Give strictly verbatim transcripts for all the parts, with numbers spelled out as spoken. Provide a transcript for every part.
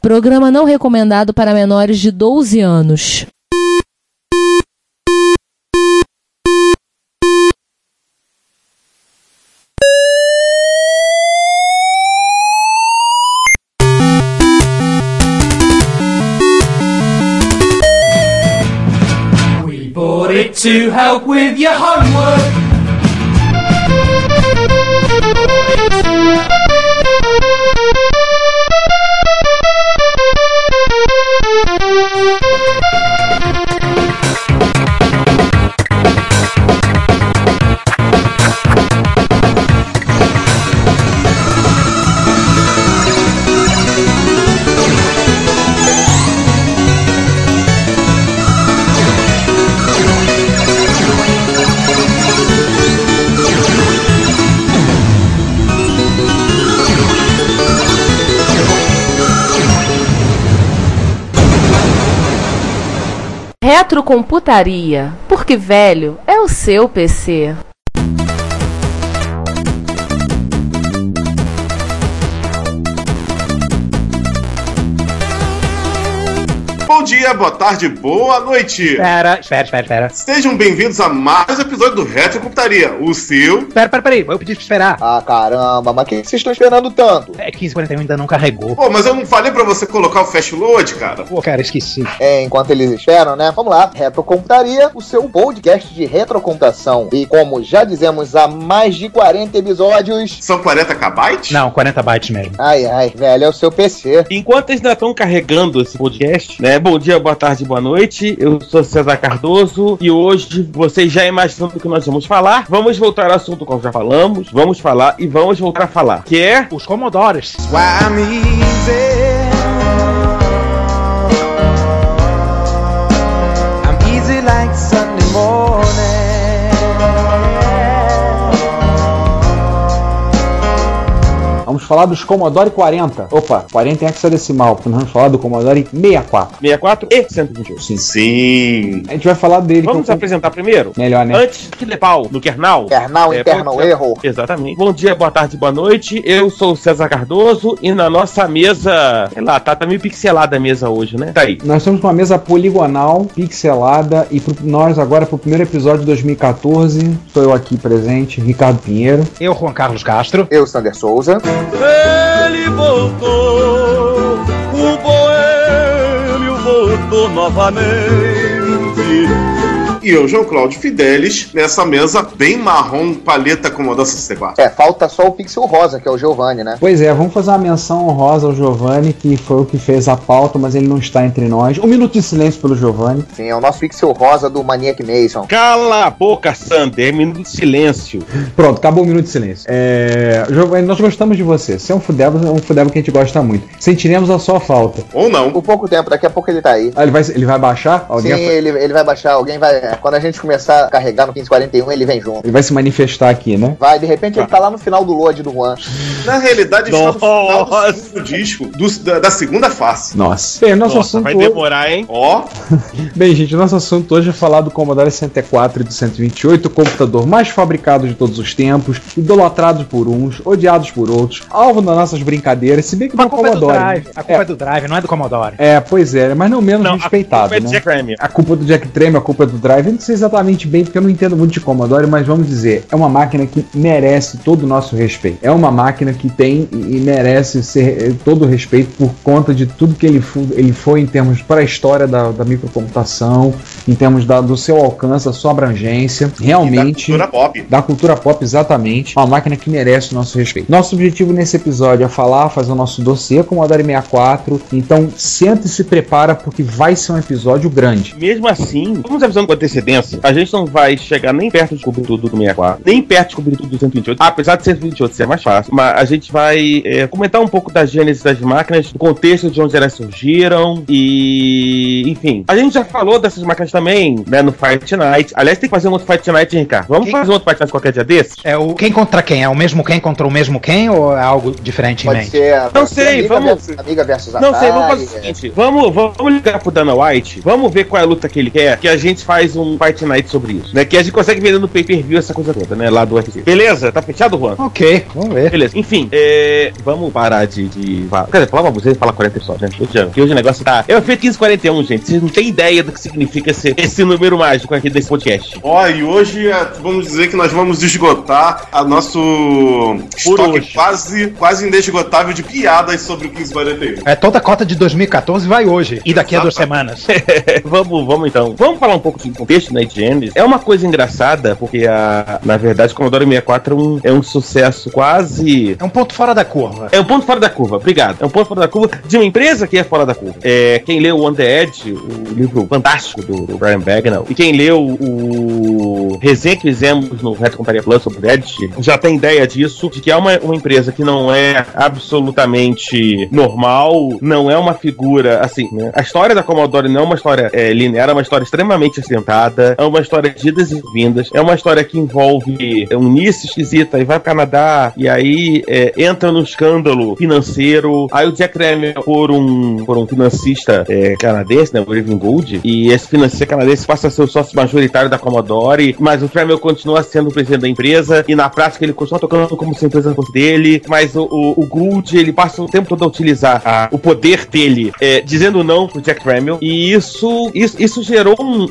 Programa não recomendado para menores de doze anos. We bought it to help with your homework. Retrocomputaria, porque velho é o seu P C. Bom dia, boa tarde, boa noite. Espera, espera, espera, espera. Sejam bem-vindos a mais um episódio do Retrocomputaria, o seu... Espera, espera, peraí, eu pedi pra esperar. Ah, caramba, mas o que vocês estão esperando tanto? É, quinze e quarenta e um ainda não carregou. Pô, mas eu não falei pra você colocar o fast load, cara? Pô, cara, esqueci. É, enquanto eles esperam, né? Vamos lá, Retrocomputaria, o seu podcast de retrocomputação. E como já dizemos há mais de quarenta episódios... São quarenta kbytes? Não, quarenta bytes mesmo. Ai, ai, velho, é o seu P C. Enquanto eles ainda estão carregando esse podcast, né? Bom dia, boa tarde, boa noite. Eu sou César Cardoso e hoje, vocês já imaginando do que nós vamos falar, vamos voltar ao assunto que nós já falamos, vamos falar e vamos voltar a falar, que é... Os Commodores. Why I'm easy. I'm easy like Sunday morning. Vamos falar dos Commodore quarenta. Opa, quarenta em hexadecimal, porque nós vamos falar do Commodore sessenta e quatro. sessenta e quatro e cento e vinte e oito. Sim. Sim. A gente vai falar dele. Vamos eu... apresentar primeiro? Melhor, né? Antes de ler pau no kernel. Kernel, É, internal pode- error. Exatamente. Bom dia, boa tarde, boa noite. Eu sou o César Cardoso e na nossa mesa, sei lá, tá, tá meio pixelada a mesa hoje, né? Tá aí. Nós temos uma mesa poligonal, pixelada, e pro, nós agora, pro primeiro episódio de dois mil e catorze, sou eu aqui presente, Ricardo Pinheiro. Eu, Juan Carlos Castro. Eu, Sander Souza. Ele voltou, o boêmio voltou novamente. E eu, João Cláudio Fidelis, nessa mesa bem marrom, paleta Commodore sessenta e quatro. É, falta só o Pixel Rosa, que é o Giovanni, né? Pois é, vamos fazer uma menção honrosa ao Giovanni, que foi o que fez a pauta, mas ele não está entre nós. Um minuto de silêncio pelo Giovanni. Sim, é o nosso Pixel Rosa do Maniac Mason. Cala a boca, Sander. Minuto de silêncio. Pronto, acabou o minuto de silêncio. É... Giovanni, nós gostamos de você. Você é um fudebo, é um fudebo que a gente gosta muito. Sentiremos a sua falta. Ou não. Por pouco tempo, daqui a pouco ele tá aí. Ah, ele vai, ele vai baixar? Alguém Sim, vai... ele, ele vai baixar, alguém vai... Quando a gente começar a carregar no quinze e quarenta e um, ele vem junto. Ele vai se manifestar aqui, né? Vai, de repente ele tá lá no final do load do Juan. Na realidade, está no final do Nossa. segundo disco, do- da, da segunda face. Nossa. Bem, nosso Nossa, assunto vai hoje... demorar, hein? Ó, Bem, gente, nosso assunto hoje é falar do Commodore sessenta e quatro e do cento e vinte e oito, o computador mais fabricado de todos os tempos, idolatrado por uns, odiados por outros, alvo das nossas brincadeiras, se bem que A do culpa é do Commodore. Drive. A culpa é. do Drive, não é do Commodore. É, pois é, mas não menos Não, respeitado, a culpa é né? de Jack Ramy. A culpa do Jack Tramiel, a culpa é do Drive, eu não sei exatamente bem, porque eu não entendo muito de Commodore, mas vamos dizer, é uma máquina que merece todo o nosso respeito. É uma máquina que tem e merece ser todo o respeito por conta de tudo que ele, fu- ele foi em termos para a história da, da microcomputação, em termos da- do seu alcance, da sua abrangência, realmente... e da cultura pop. Da cultura pop, exatamente. Uma máquina que merece o nosso respeito. Nosso objetivo nesse episódio é falar, fazer o nosso dossiê Commodore sessenta e quatro. Então, senta e se prepara, porque vai ser um episódio grande. Mesmo assim, vamos avisando com antecedência, a gente não vai chegar nem perto de cobrir tudo do sessenta e quatro, nem perto de cobrir tudo do cento e vinte e oito, apesar de cento e vinte e oito ser mais fácil, mas a gente vai é, comentar um pouco da gênese das máquinas, do contexto de onde elas surgiram e, enfim, a gente já falou dessas máquinas também, né, no Fight Night. Aliás, tem que fazer um outro Fight Night, hein, Ricardo? Vamos Quem? fazer um outro Fight Night qualquer dia desses? É o quem contra quem? É o mesmo quem contra o mesmo quem ou é algo diferente em Pode mente? ser. Não pode ser sei, amiga vamos- versus, amiga versus Não sei, vamos fazer o Atari, seguinte, vamos, vamos ligar pro Dana White, vamos ver qual é a luta que ele quer, que a gente faz um Fight Night sobre isso, né? Que a gente consegue ver no pay-per-view essa coisa toda, né? Lá do U F C. Beleza? Tá fechado, Juan? Ok, vamos ver. Beleza, enfim, é, vamos parar de, de... Quer dizer, falar pra vocês e falar quarenta episódios, né? Tô te dizendo, porque hoje o negócio tá... Eu fiz quinze e quarenta e um, gente, vocês não têm ideia do que significa esse, esse número mágico aqui desse podcast. Ó, e hoje é, vamos dizer que nós vamos esgotar a nosso estoque hoje. quase, quase inesgotável de piadas sobre o quinze e quarenta e um. É, toda a cota de dois mil e catorze vai hoje e daqui a duas semanas. vamos, vamos então. Vamos falar um pouco de contexto, né, de Genesis. É uma coisa engraçada, porque a, na verdade o Commodore sessenta e quatro é um, é um sucesso quase... É um ponto fora da curva. É um ponto fora da curva, obrigado. É um ponto fora da curva de uma empresa que é fora da curva. É, quem leu On The Edge, o livro fantástico do, do Brian Bagnall, e quem leu o resenha que fizemos no Retro Computaria Plus sobre o Edge, já tem ideia disso, de que é uma, uma empresa que não é absolutamente normal, não é uma figura, assim, né? A história da Commodore não é uma história é, linear, é uma história extremamente acidentada, é uma história de idas e vindas, é uma história que envolve um início esquisito, aí vai pro Canadá, e aí é, entra no escândalo financeiro, aí o Jack Tramiel por um, por um financista é, canadense, né, o Irving Gould, e esse financista canadense passa a ser o sócio majoritário da Commodore, mas o Tramiel continua sendo o presidente da empresa, e na prática ele continua tocando como se a empresa fosse dele, mas o, o, o Gould, ele passa o tempo todo a utilizar a, o poder dele, é, dizendo não pro Jack Tramiel, e isso, isso, isso gerou um,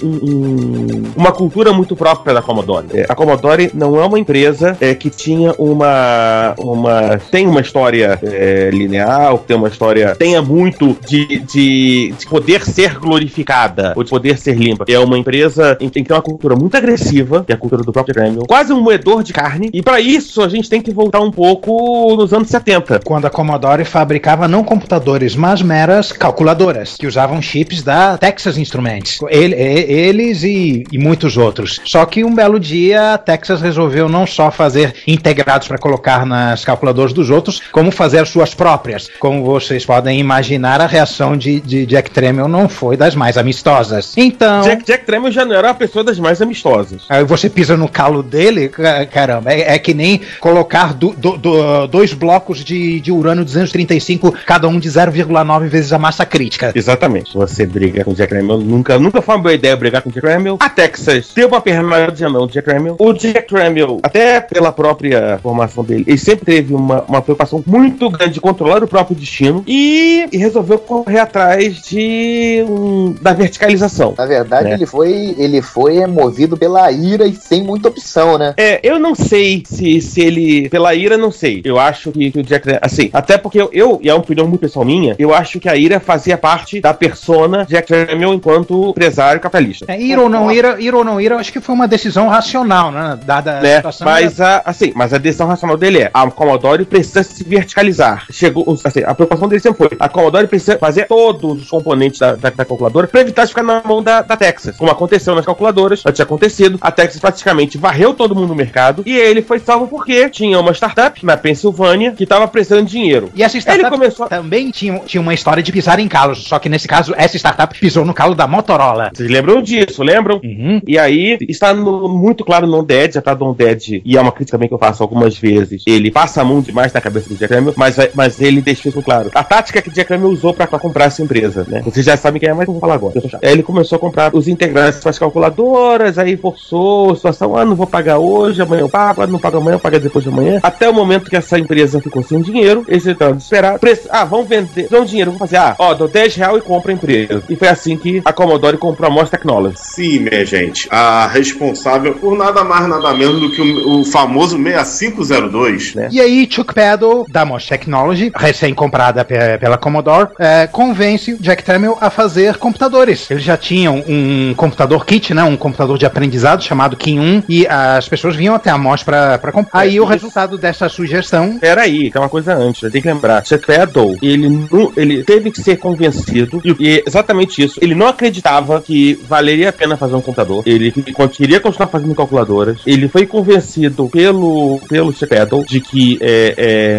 um, uma cultura muito própria da Commodore. É, a Commodore não é uma empresa é, que tinha uma, uma tem uma história é, linear, tem uma história, tenha muito de, de, de poder ser glorificada, ou de poder ser limpa. É uma empresa em que tem uma cultura muito agressiva, que é a cultura do próprio Tramiel, quase um moedor de carne, e para isso a gente tem que voltar um pouco nos anos setenta. Quando a Commodore fabricava não computadores, mas meras calculadoras, que usavam chips da Texas Instruments. Ele, eles e, e muitos outros. Só que um belo dia a Texas resolveu não só fazer integrados para colocar nas calculadoras dos outros, como fazer suas próprias. Como vocês podem imaginar, a reação de, de Jack Tramiel não foi das mais amistosas. Então... Jack, Jack Tramiel já não era uma pessoa das mais amistosas. Aí você pisa no calo dele, caramba, é, é que nem colocar do, do, do, dois blocos de, de urânio duzentos e trinta e cinco, cada um de zero vírgula nove vezes a massa crítica. Exatamente. Você briga com o Jack Tramiel, nunca, nunca foi uma boa ideia brigar com o Jack Tramiel. A Texas deu uma perna de mão do Jack Tramiel. O Jack Tramiel, até pela própria formação dele, ele sempre teve uma, uma preocupação muito grande de controlar o próprio destino e, e resolveu correr atrás de um, da verticalização. Na verdade, né? ele foi ele foi movido pela ira e sem muita opção, né? É, eu não sei se, se ele... Pela ira, não sei. Eu acho que, que o Jack... Assim, até porque eu, eu, e é uma opinião muito pessoal minha, eu acho que a ira fazia parte da persona Jack Tramiel enquanto empresário capitalista. É, ira ou não ira, ira ou não ira, acho que foi uma decisão racional, né? Dada a Né? situação. Mas, a, assim, mas a decisão racional dele é a Commodore precisa se verticalizar. Chegou, assim, a preocupação dele sempre foi a Commodore precisa fazer todos os componentes da, da, da calculadora para evitar de ficar na mão da, da Texas. Como aconteceu nas calculadoras, já tinha acontecido, a Texas praticamente varreu todo mundo no mercado e ele foi salvo porque tinha uma startup na Pensilvânia que estava precisando de dinheiro. E essa startup Ele começou... também tinha, tinha uma história de pisar em calos, só que nesse caso, essa startup pisou no calo da Motorola. Vocês lembram disso, lembram? Uhum. E aí, está no, muito claro no Dead, já tá no Dead, e é uma crítica também que eu faço algumas vezes. Ele passa a mão demais na cabeça do Jack Tramiel, mas, mas ele deixa isso claro. A tática que o Jack Tramiel usou pra, pra comprar essa empresa, né? Vocês já sabem quem é, mas eu vou falar agora. Aí ele começou a comprar os integrantes para as calculadoras, aí forçou a situação, ah, não vou pagar hoje, amanhã eu pago, ah, não pago amanhã, eu pago depois de amanhã. Até o momento que essa empresa ficou sem dinheiro, eles estavam desesperados. Preço, ah, vamos vender, dão dinheiro, vamos fazer, ah, ó, dou dez reais e compra a empresa. E foi assim que a Commodore comprou a Moss Technology. Sim, minha gente, a responsável por nada mais, nada menos do que o, o famoso sessenta e cinco zero dois, né? E aí, Chuck Peddle, da Moss Technology, recém-comprada pe- pela Commodore, é, convence o Jack Tramiel a fazer computadores. Eles já tinham um computador kit, né, um computador de aprendizado chamado King um, e as pessoas vinham até a Moss pra, pra comprar. Aí É, o isso. resultado dessa sugestão... Peraí, tem uma coisa antes, tem que lembrar. Chuck Peddle, ele, não, ele teve que ser convencido, e, e exatamente isso, ele não acreditava que valeria a pena fazer um computador, ele queria continuar fazendo calculadoras, ele foi convencido pelo, pelo Chuck Peddle de que é,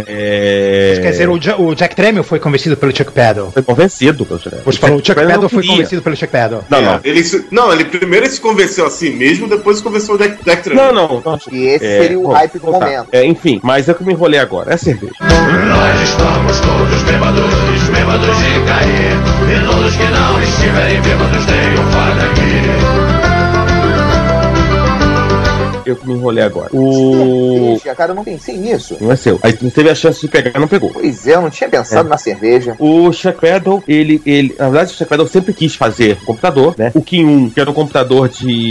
é, é... Quer dizer, o, Ja- o Jack Tramiel foi convencido pelo Chuck Peddle. Foi convencido pelo Chuck Peddle. Você falou, o Chuck Peddle Peddle não foi queria. convencido pelo Chuck Peddle. Não, não, Não, ele se, não, ele primeiro se convenceu a si mesmo, depois se convenceu o Jack, Jack Não, não. não E esse é, seria o bom, hype do então tá. momento. É, enfim, mas é o que eu me enrolei agora. É cerveja. Nós estamos todos bêbados, bêbados de cair. E todos que não estiverem bêbados tenham fada aqui. Eu que me enrolei agora. O... Cerveja, cara, eu não pensei nisso. Não é seu. Aí tu teve a chance de pegar, não pegou. Pois é, eu não tinha pensado É. na cerveja. O Chuck Peddle, ele, ele... Na verdade, o Chuck Peddle sempre quis fazer computador, né? O King um, que era um computador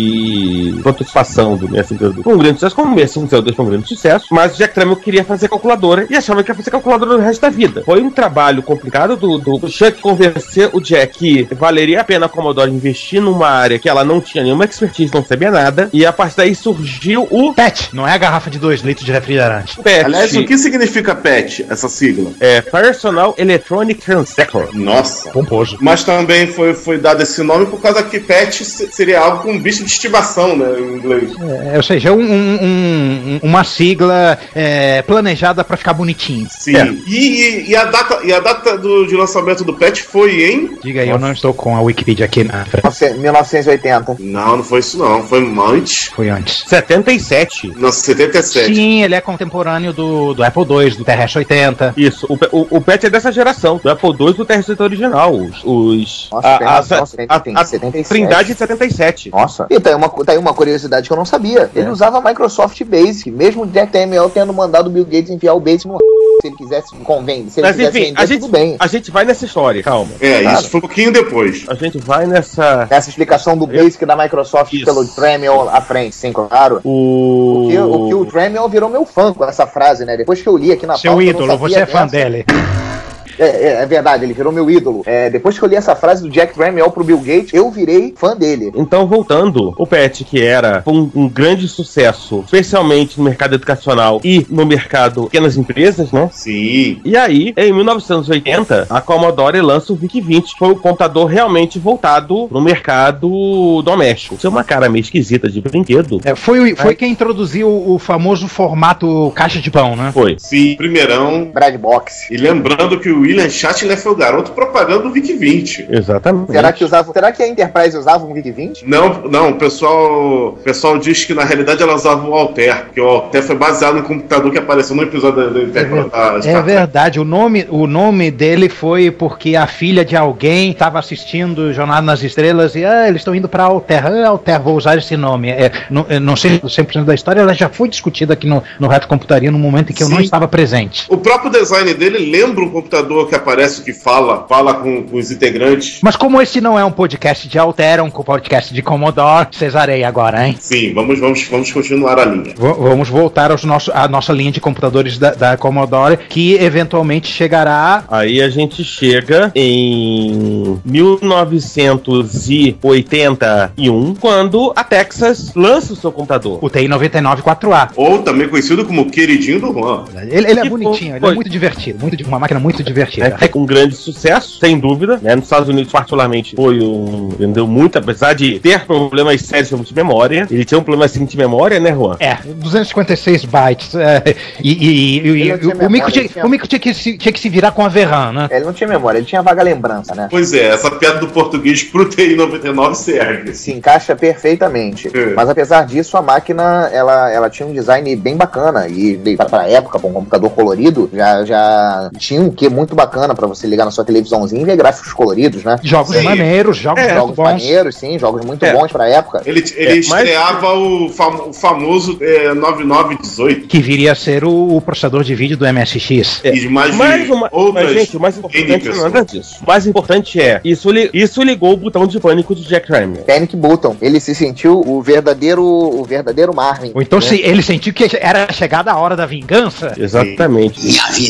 de prototipação do sessenta e dois, foi um grande sucesso, como o sessenta e dois foi um grande sucesso, mas o Jack Tramiel queria fazer calculadora e achava que ia fazer calculadora no resto da vida. Foi um trabalho complicado do, do, do Chuck convencer o Jack que valeria a pena a Commodore investir numa área que ela não tinha nenhuma expertise, não sabia nada, e a partir daí surgiu o P E T, não é a garrafa de dois litros de refrigerante. P E T. Aliás, o que significa P E T, essa sigla? É Personal Electronic Transactor. Nossa. Pomposo. Mas também foi, foi dado esse nome por causa que pet se- seria algo com bicho de estimação, né, em inglês. É, ou seja, um, um- um- uma sigla é, planejada pra ficar bonitinho. Sim. É. E, e- e a data, e a data do, de lançamento do pet foi em... Diga aí, eu não estou com a Wikipedia aqui na frente. mil novecentos e oitenta. Não, não foi isso não, foi antes. Foi antes. setenta e sete. Não, setenta e sete. Sim, ele é contemporâneo do, do Apple dois, do T R S oitenta. Isso, o, o, o P E T é dessa geração, do Apple dois e do T R C original. Os. os Nossa, tem a, a, razão, a, a, a setenta e sete. Trindade em setenta e sete. Nossa. E tá aí, uma, tá aí uma curiosidade que eu não sabia. Ele É. usava Microsoft Basic, mesmo o Jack Tramiel tendo mandado o Bill Gates enviar o Basic no se ele quisesse convender, se ele Mas quisesse enfim, vender, a gente, tudo bem. a gente vai nessa história, calma. É, Claro. isso foi um pouquinho depois. A gente vai nessa. Essa explicação do Basic da Microsoft Isso. pelo Tramiel à frente, sim, claro. O. O que o, que o Tramiel virou meu fã com essa frase, né? Depois que eu li aqui na Seu pauta, eu não ídolo, sabia você é fã dessa. dele. É, é, é verdade, ele virou meu ídolo. É, depois que eu li essa frase do Jack Tramiel pro Bill Gates, eu virei fã dele. Então, voltando, o P E T, que era um, um grande sucesso, especialmente no mercado educacional e no mercado pequenas empresas, né? Sim. E aí, em mil novecentos e oitenta, a Commodore lança o VIC vinte, que foi o computador realmente voltado no mercado doméstico. Isso é uma cara meio esquisita de brinquedo. É, foi o- foi quem introduziu o famoso formato caixa de pão, né? Foi. Sim, primeirão. Brad Box. E lembrando que o William Shatner foi o garoto propaganda do VIC vinte. Exatamente. Será que, usava, será que a Enterprise usava um VIC vinte? Não, não, o pessoal, o pessoal diz que na realidade ela usava o Altair, porque o Altair foi baseado no computador que apareceu no episódio da, da, da, da É verdade, o nome, o nome dele foi porque a filha de alguém estava assistindo Jornada nas Estrelas e ah, eles estão indo para Altair. Ah, Altair, vou usar esse nome. É, não, eu não sei cem por cento da história, ela já foi discutida aqui no, no Reto Computaria no momento em que eu não Sim. estava presente. O próprio design dele lembra um computador que aparece, que fala, fala com, com os integrantes. Mas como esse não é um podcast de Altair, é um podcast de Commodore, cesarei agora, hein? Sim, vamos, vamos, vamos continuar a linha. V- vamos voltar aos nosso, à nossa linha de computadores da, da Commodore, que eventualmente chegará. Aí a gente chega em mil novecentos e oitenta e um, quando a Texas lança o seu computador. O T I noventa e nove quatro A. Ou também conhecido como queridinho do Juan. Ele, ele é Que bonitinho, ele foi- é muito divertido, muito, di- uma máquina muito divertida. É um grande sucesso, sem dúvida, né? Nos Estados Unidos, particularmente, foi um. Vendeu muito, apesar de ter problemas sérios de memória. Ele tinha um problema assim de memória, né, Juan? É, duzentos e cinquenta e seis bytes. É, e e- e- e- Ele não tinha o, memória, micro tinha, ele tinha- o micro tinha que se, tinha que se virar com a Verran, né? Ele não tinha memória, ele tinha vaga lembrança, né? Pois é, essa piada do português pro T I noventa e nove serve. Se encaixa perfeitamente. É. Mas apesar disso, a máquina ela, ela tinha um design bem bacana. E para a época, para um computador colorido, já, já tinha um quê muito bacana para você ligar na sua televisãozinha e ver gráficos coloridos, né? Jogos Sim. maneiros, jogos É, muito Jogos bons. maneiros, sim, jogos muito É. bons para a época. Ele, ele É, mas- estreava o, fam- o famoso é, noventa e nove dezoito. Que viria a ser o, o processador de vídeo do M S X. É. E mais de Mas, uma, outras mas, gente, o mais N importante não é pessoas. nada disso. O mais importante é, isso, li, isso ligou o botão de pânico do Jack Tramiel. Panic Button. Ele se sentiu o verdadeiro, o verdadeiro Marvin. Ou então se ele sentiu que era chegada a hora da vingança. Exatamente.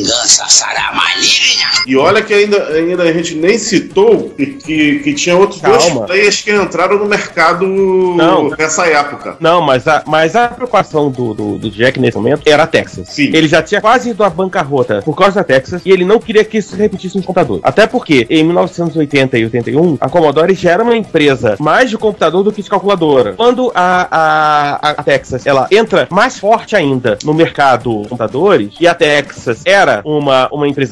E olha que ainda, ainda a gente nem citou que, que, que tinha outros Calma. dois players que entraram no mercado Não. nessa época. Não, mas a, mas a preocupação do, do, do Jack nesse momento era a Texas. Sim. Ele já tinha quase ido à bancarrota por causa da Texas e ele não queria que isso se repetisse no computador. Até porque em mil novecentos e oitenta e oitenta e um, a Commodore já era uma empresa mais de computador do que de calculadora. Quando a, a, a Texas ela entra mais forte ainda no mercado de computadores, e a Texas era uma, uma empresa muito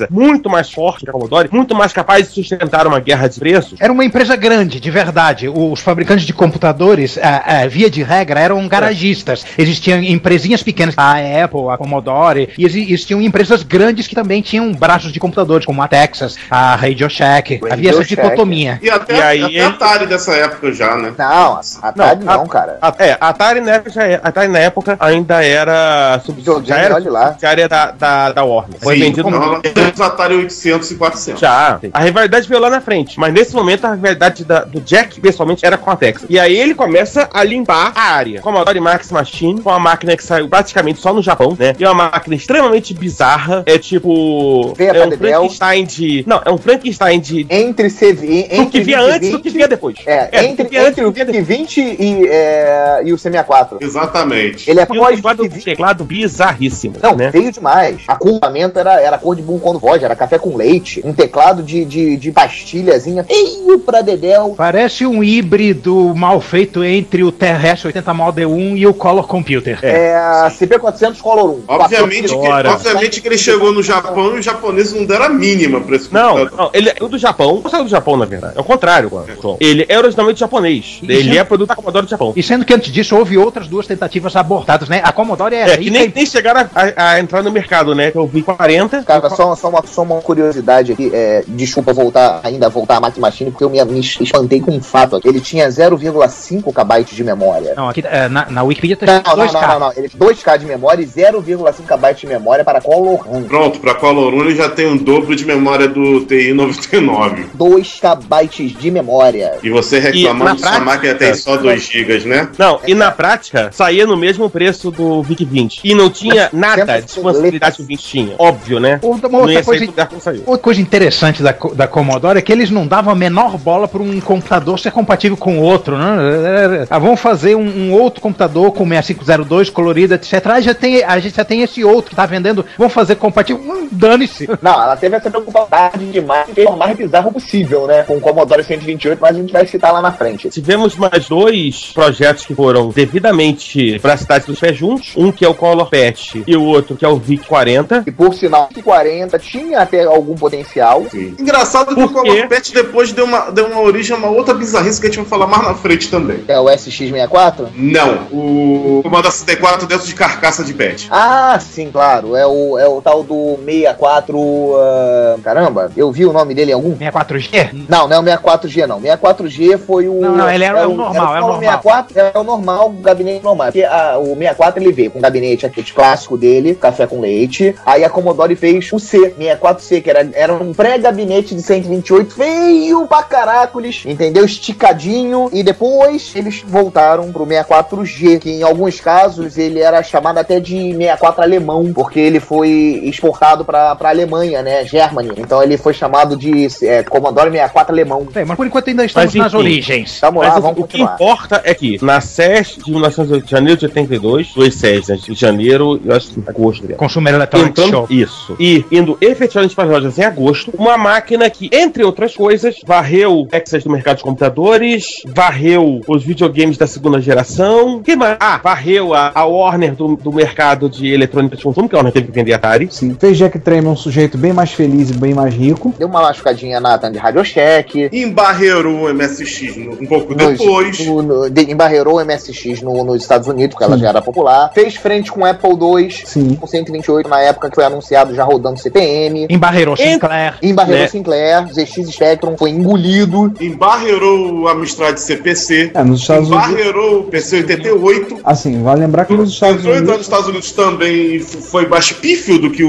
muito mais forte que a Commodore, muito mais capaz de sustentar uma guerra de preços. Era uma empresa grande, de verdade. Os fabricantes de computadores, a, a, via de regra, eram garagistas. Existiam empresinhas pequenas, a Apple, a Commodore, e existiam empresas grandes que também tinham braços de computadores, como a Texas, a Radio Shack. Radio Havia essa Shack. dicotomia. E até, E aí, até a Atari dessa época já, né? Não, a Atari não, a- cara. A, é, a Atari, na época, já é- a Atari na época ainda era sub, Videogame, já era olha lá. subsidiária da, da, da Warner. Foi Sim, vendido não, no... ela tem os Atari oitocentos e quatrocentos. Já. A rivalidade veio lá na frente. Mas nesse momento a rivalidade da- do Jack, pessoalmente, era com a Texas. E aí ele começa a limpar a área. Commodore Max Machine, com uma máquina que saiu praticamente só no Japão, né? E é uma máquina extremamente bizarra. É tipo. Veio a É um Padedel. Frankenstein de. Não, é um Frankenstein de. Entre C V. Do que via antes do que via depois. É, É, entre, do que via entre o antes do que via V vinte e, é, e o C sessenta e quatro. Exatamente. Ele é E um pós teclado, V vinte. teclado bizarríssimo. Não, né? veio demais. A acoplamento era, era cor de bum quando voz, era café com leite. Um teclado de, de, de pastilhazinha feio pra dedéu. Parece um híbrido mal feito entre o T R S oitenta Model um e o Color Computer. É, a C P quatrocentos Color um. Obviamente que, horas. obviamente que ele chegou no Japão e os japoneses não deram a mínima pra esse Não, computador. não, ele é do Japão. Não saiu do Japão, na verdade. É o contrário, João. Ele é originalmente japonês. Ele é produto da Commodore do Japão. E sendo que antes disso houve outras duas tentativas abortadas, né? A Commodore é, É, que nem, nem chegaram a, a- a entrar no mercado, né? Que eu vi quarenta. Cara, só, só, uma, só uma curiosidade aqui, é, desculpa voltar, ainda voltar a Mac Machine, porque eu me, me espantei com um fato aqui. Ele tinha zero vírgula cinco kilobytes de memória. Não, aqui é, na, na Wikipedia tá Não, escrito não, dois não, K. não, não. Ele tem dois K de memória e zero vírgula cinco kilobytes de memória para Color RAM. Pronto, pra Color um ele já tem um dobro de memória do T I noventa e nove. dois kilobytes de memória. E você reclamando na que sua prática- máquina tem só dois gigas, né? Não, e na prática, saía no mesmo preço do VIC vinte. E não tinha nada de expansibilidade que o vinte tinha. Óbvio, né? Outra, Não outra ia sair coisa, do lugar como saiu. outra coisa interessante da, Co- da Commodore é que eles não davam a menor bola para um computador ser compatível com o outro, né? Ah, vamos fazer um, um outro computador com sessenta e cinco zero dois colorido, etcétera. Ah, já tem, a gente já tem esse outro que tá vendendo, vamos fazer compatível. Hum, dane-se. Não, ela teve essa preocupação demais de ser o mais bizarro possível, né? Com o Commodore cento e vinte e oito, mas a gente vai citar lá na frente. Tivemos mais dois projetos que foram devidamente para a cidade dos pés juntos. Um que é o Color Patch e o outro que é o VIC quarenta. E por sinal, o quarenta tinha até algum potencial. Sim. Engraçado que Por o Color quê? Patch depois deu uma, deu uma origem a uma outra bizarrice que a gente vai falar mais na frente também. É o S X sessenta e quatro? Não, o Commodore sessenta e quatro dentro de carcaça de patch. Ah, sim, claro. É o, é o tal do sessenta e quatro. ah, caramba, eu vi o nome dele em algum. sessenta e quatro G? Não, não é o sessenta e quatro G, não. sessenta e quatro G foi o. Não, não, ele era o normal, era é o só normal. sessenta e quatro é o normal, o gabinete normal. Porque a- o sessenta e quatro ele veio com o gabinete aquele clássico dele, café com leite. Aí a Commodore fez o C, sessenta e quatro C, que era, era um pré-gabinete de cento e vinte e oito, feio pra caracoles, entendeu? Esticadinho. E depois eles voltaram pro sessenta e quatro G, que em alguns casos ele era chamado até de sessenta e quatro alemão, porque ele foi exportado pra, pra Alemanha, né? Germany. Então ele foi chamado de é, Commodore sessenta e quatro alemão. É, mas por enquanto ainda estamos Mas, nas enfim. origens. Vamos Mas lá, o, vamos o que continuar. importa é que na S E S de mil novecentos e oitenta, janeiro de oitenta e dois, duas S E S, né, de janeiro, eu acho que agosto dela. Consumer Electronics Entrando, Show. isso. E indo efetivamente para as lojas em agosto, uma máquina que, entre outras coisas, varreu o Texas do mercado de computadores, varreu os videogames da segunda geração, que mais? Ah, varreu a, a Warner do, do mercado de eletrônica de consumo, que a Warner teve que vender Atari. Sim, fez Jack Tramiel um sujeito bem mais feliz e bem mais rico. Deu uma machucadinha na Tan de Radio Shack. Embarreirou o M S X no- um pouco Nos- depois. no- no- de- embarreirou o M S X no- nos Estados Unidos, porque ela Sim. já era popular. Fez frente com o Apple dois, Sim. com cento e vinte e oito na época que foi anunciado, já rodando C P M. Embarreirou Sinclair. Embarreirou Né? Sinclair, Z X Spectrum, foi engolido. Embarreirou o Amstrad C P C. É, nos Estados Unidos. Embarreirou o P C oitenta e oito. Assim, vale lembrar que nos Estados Entrou então nos Unidos. Estados Unidos também e f- foi mais pífio do que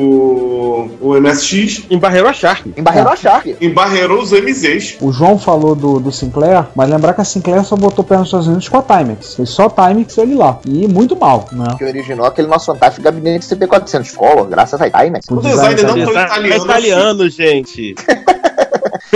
o, o M S X. Embarreirou a Sharp. Embarreirou Tá. a Sharp. Embarreirou os M Zs. O João falou do, do Sinclair, mas lembrar que a Sinclair só botou pé nos Estados Unidos com a Timex. Fez só Timex ele lá. E muito mal, né? Que originou aquele nosso fantástico gabinete C P quatrocentos Color, graças a Timex. O design não foi É italiano. italiano, gente.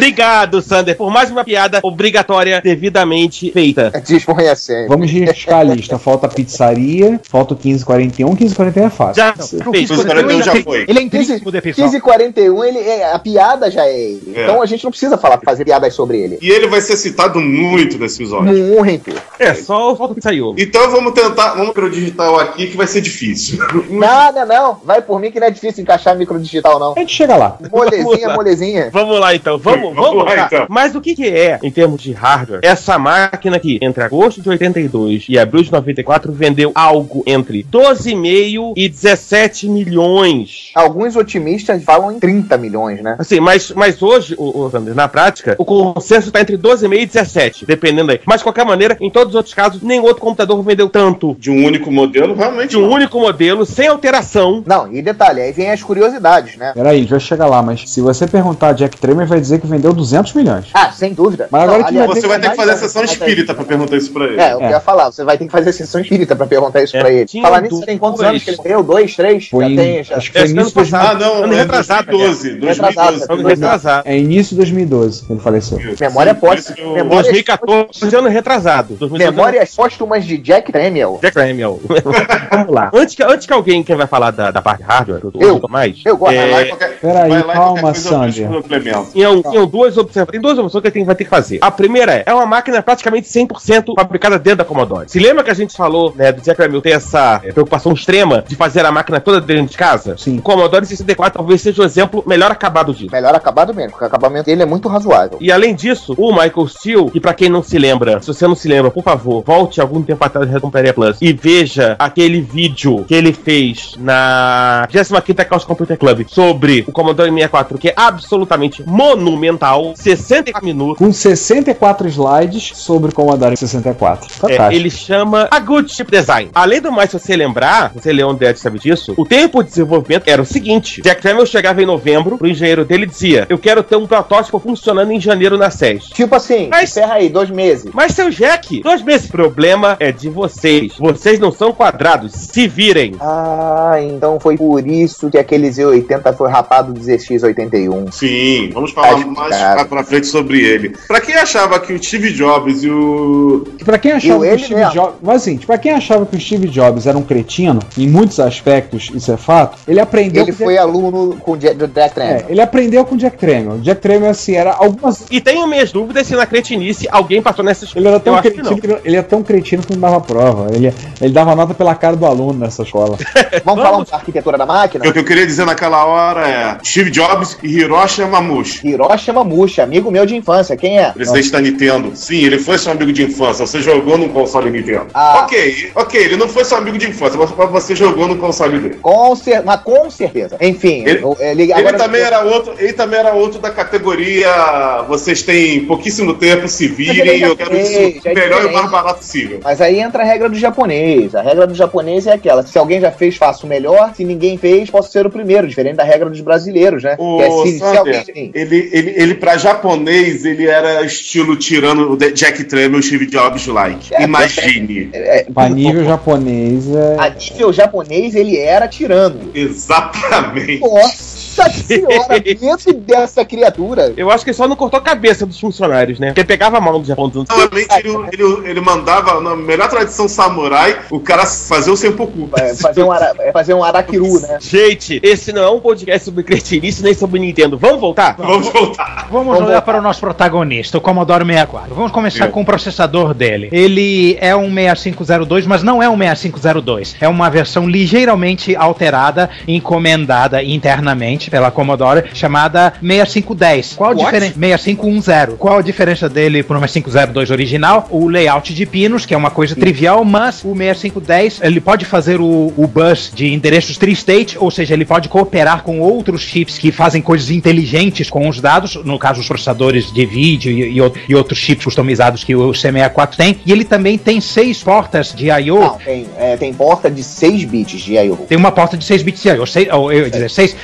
Obrigado, Sander, por mais uma piada obrigatória devidamente feita. Disponha a senha. Vamos riscar a lista. Falta a pizzaria, falta o quinze e quarenta e um. quinze e quarenta e um é fácil. Já O fez. quinze e quarenta e um já foi. Ele é intrínseco do episódio. quinze e quarenta e um, ele, é, a piada já é ele. É. Então a gente não precisa falar, fazer piadas sobre ele. E ele vai ser citado muito nesse episódio. Muito. É, só falta o que saiu. Então vamos tentar, vamos pro digital aqui que vai ser difícil. Nada, não. Vai por mim que não é difícil encaixar microdigital, não. A gente chega lá. Molezinha, molezinha. Vamos lá então, vamos, Vamos vamos lá, lá. então. Mas o que que é, em termos de hardware, essa máquina que entre agosto de oitenta e dois e abril de noventa e quatro vendeu algo entre doze vírgula cinco e dezessete milhões. Alguns otimistas falam em trinta milhões, né? Assim, mas, mas hoje, o, o Sander, na prática, o consenso está entre doze vírgula cinco e dezessete, dependendo aí. Mas de qualquer maneira, em todos os outros casos, nenhum outro computador vendeu tanto. De um único modelo, realmente. De um não. único modelo, sem alteração. Não, e detalhe, aí vem as curiosidades, né? Peraí, a gente vai chegar lá, mas se você perguntar a Jack Tremor, vai dizer que vendeu duzentos milhões. Ah, sem dúvida. Mas agora Não, que aliás, vai Você vai ter que fazer a sessão mas- espírita pra perguntar isso pra ele. É, eu É. ia falar, você vai ter que fazer sessão espírita pra perguntar isso É, pra ele. tinha Falar nisso, duas- tem quantos anos que ele deu? Dois, três? Foi já em- tem, já. acho que foi Esse ano início de dois mil e Ah, não, Ano é retrasado, dois mil e doze. dois mil e Retrasado, doze. Ano retrasado. É início de dois mil e doze que ele faleceu. Memória póstuma. Esse eu- Memória- dois mil e catorze, ano retrasado. dois mil e doze, Memórias póstumas de Jack Tramiel. Jack Tramiel. Vamos lá. Antes que, antes que alguém que vai falar da, da parte hardware, eu, Eu. mais, Eu gosto. Vai lá é, e qualquer- Peraí, vai lá e calma, qualquer coisa eu Sander. complemento. tinham, tinham duas observações. Tem duas observações que a gente vai ter que fazer. A primeira é, é uma máquina praticamente cem por cento fabricada dentro da Commodore. Se lembra que a gente falou, né, do Jack Tramiel ter essa é, preocupação extrema de fazer a máquina toda dentro de casa? Sim. O Commodore sessenta e quatro talvez seja o exemplo melhor acabado disso. Melhor acabado mesmo, porque o acabamento dele é muito razoável. E além disso, o Michael Steele, que pra quem não se lembra, se você não se lembra, por favor, volte algum tempo atrás no Recompanhia Plus e veja aquele vídeo que ele fez na vigésima quinta Chaos Computer Club sobre o Commodore sessenta e quatro, que é absolutamente monumental, sessenta e quatro minutos. Com sessenta e quatro slides sobre o Commodore sessenta e quatro. É, Fantástico. ele chama a Good Chip Design. Além do mais, se você lembrar, você leu um Dead sabe disso, o tempo de desenvolvimento era o seguinte: Jack Tramiel chegava em novembro, pro engenheiro dele dizia: eu quero ter um protótipo funcionando em janeiro na S E S. Tipo assim, Mas- ferra aí, dois meses. Mas, seu Jack, dois meses. Problema é de vocês. Vocês não são quadrados. Se virem. Ah, então foi por isso que aquele Z oitenta foi rapado do Z X oitenta e um. Sim, vamos falar Tá mais explicado. pra, pra frente sobre ele. Pra quem achava que o Steve Jobs e o. Que pra quem achava E que o ele Steve mesmo. Jobs. Mas assim, pra quem achava que o Steve Jobs era um cretino, em muitos aspectos, isso é fato, ele aprendeu Ele com foi aluno com o Jack, do Jack Tramiel. É, ele aprendeu com o Jack Tramiel. Jack Tramiel, assim, era algumas. E tenho minhas dúvidas se na cretinice alguém passou nessa escola. Ele era tão Eu acho que cretino não. que ele, ele era tão cretino que não dava prova. Ele, ele dava nota pela cara do aluno nessa escola. Vamos, falar um da arquitetura da máquina? O que eu queria dizer naquela hora é Steve Jobs e Hiroshi Yamauchi, Hiroshi Yamauchi, amigo meu de infância. Quem é? presidente da Nintendo. Sim, ele foi seu amigo de infância. Você jogou num console Nintendo. Ah. Ok, ok, ele não foi seu amigo de infância, mas você jogou no console dele. Com, cer mas com certeza. Enfim, Ele- o- ele, Ele agora- também era outro, ele também era outro da categoria. Vocês têm pouquíssimo tempo, se ele é virem, eu quero japonês, isso é o melhor e o mais diferente. barato possível. Mas aí entra a regra do japonês. A regra do japonês é aquela: se alguém já fez, faça o melhor. Se ninguém fez, posso ser o primeiro. Diferente da regra dos brasileiros, né? O que é se, se Sander, alguém. ele, ele, ele pra japonês, ele era estilo tirando o Jack Tramiel e Steve Jobs like. É, Imagine. É, A nível japonês é. a nível japonês, ele era tirando. Exatamente. Nossa senhora, medo dessa criatura. Eu acho que ele só não cortou a cabeça dos funcionários, né? Porque pegava mal do Japão. Tanto. Realmente, ele, ele, ele mandava, na melhor tradição samurai, o cara fazer o seppuku. É, fazer, um ara, é fazer um arakiru, né? Gente, esse não é um podcast sobre cretinice nem sobre Nintendo. Vamos voltar? Vamos voltar. Vamos Vamos olhar voltar. para o nosso protagonista, o Commodore sessenta e quatro. Vamos começar É. com o processador dele. Ele é um sessenta e cinco zero dois, mas não é um sessenta e cinco zero dois. É uma versão ligeiramente alterada, encomendada internamente pela Commodore, chamada sessenta e cinco dez. Qual a What? diferença? sessenta e cinco dez. Qual a diferença dele para o sessenta e cinco zero dois original? O layout de pinos, que é uma coisa trivial, mas o sessenta e cinco dez, ele pode fazer o, o bus de endereços tri-state, ou seja, ele pode cooperar com outros chips que fazem coisas inteligentes com os dados, no caso os processadores de vídeo e, e, o- e outros chips customizados que o sessenta e quatro tem, e ele também tem seis portas de I O. Não, tem, é, tem porta de seis bits de I O. Tem uma porta de seis bits de I O, seis, ou eu ia dizer, seis, seis portas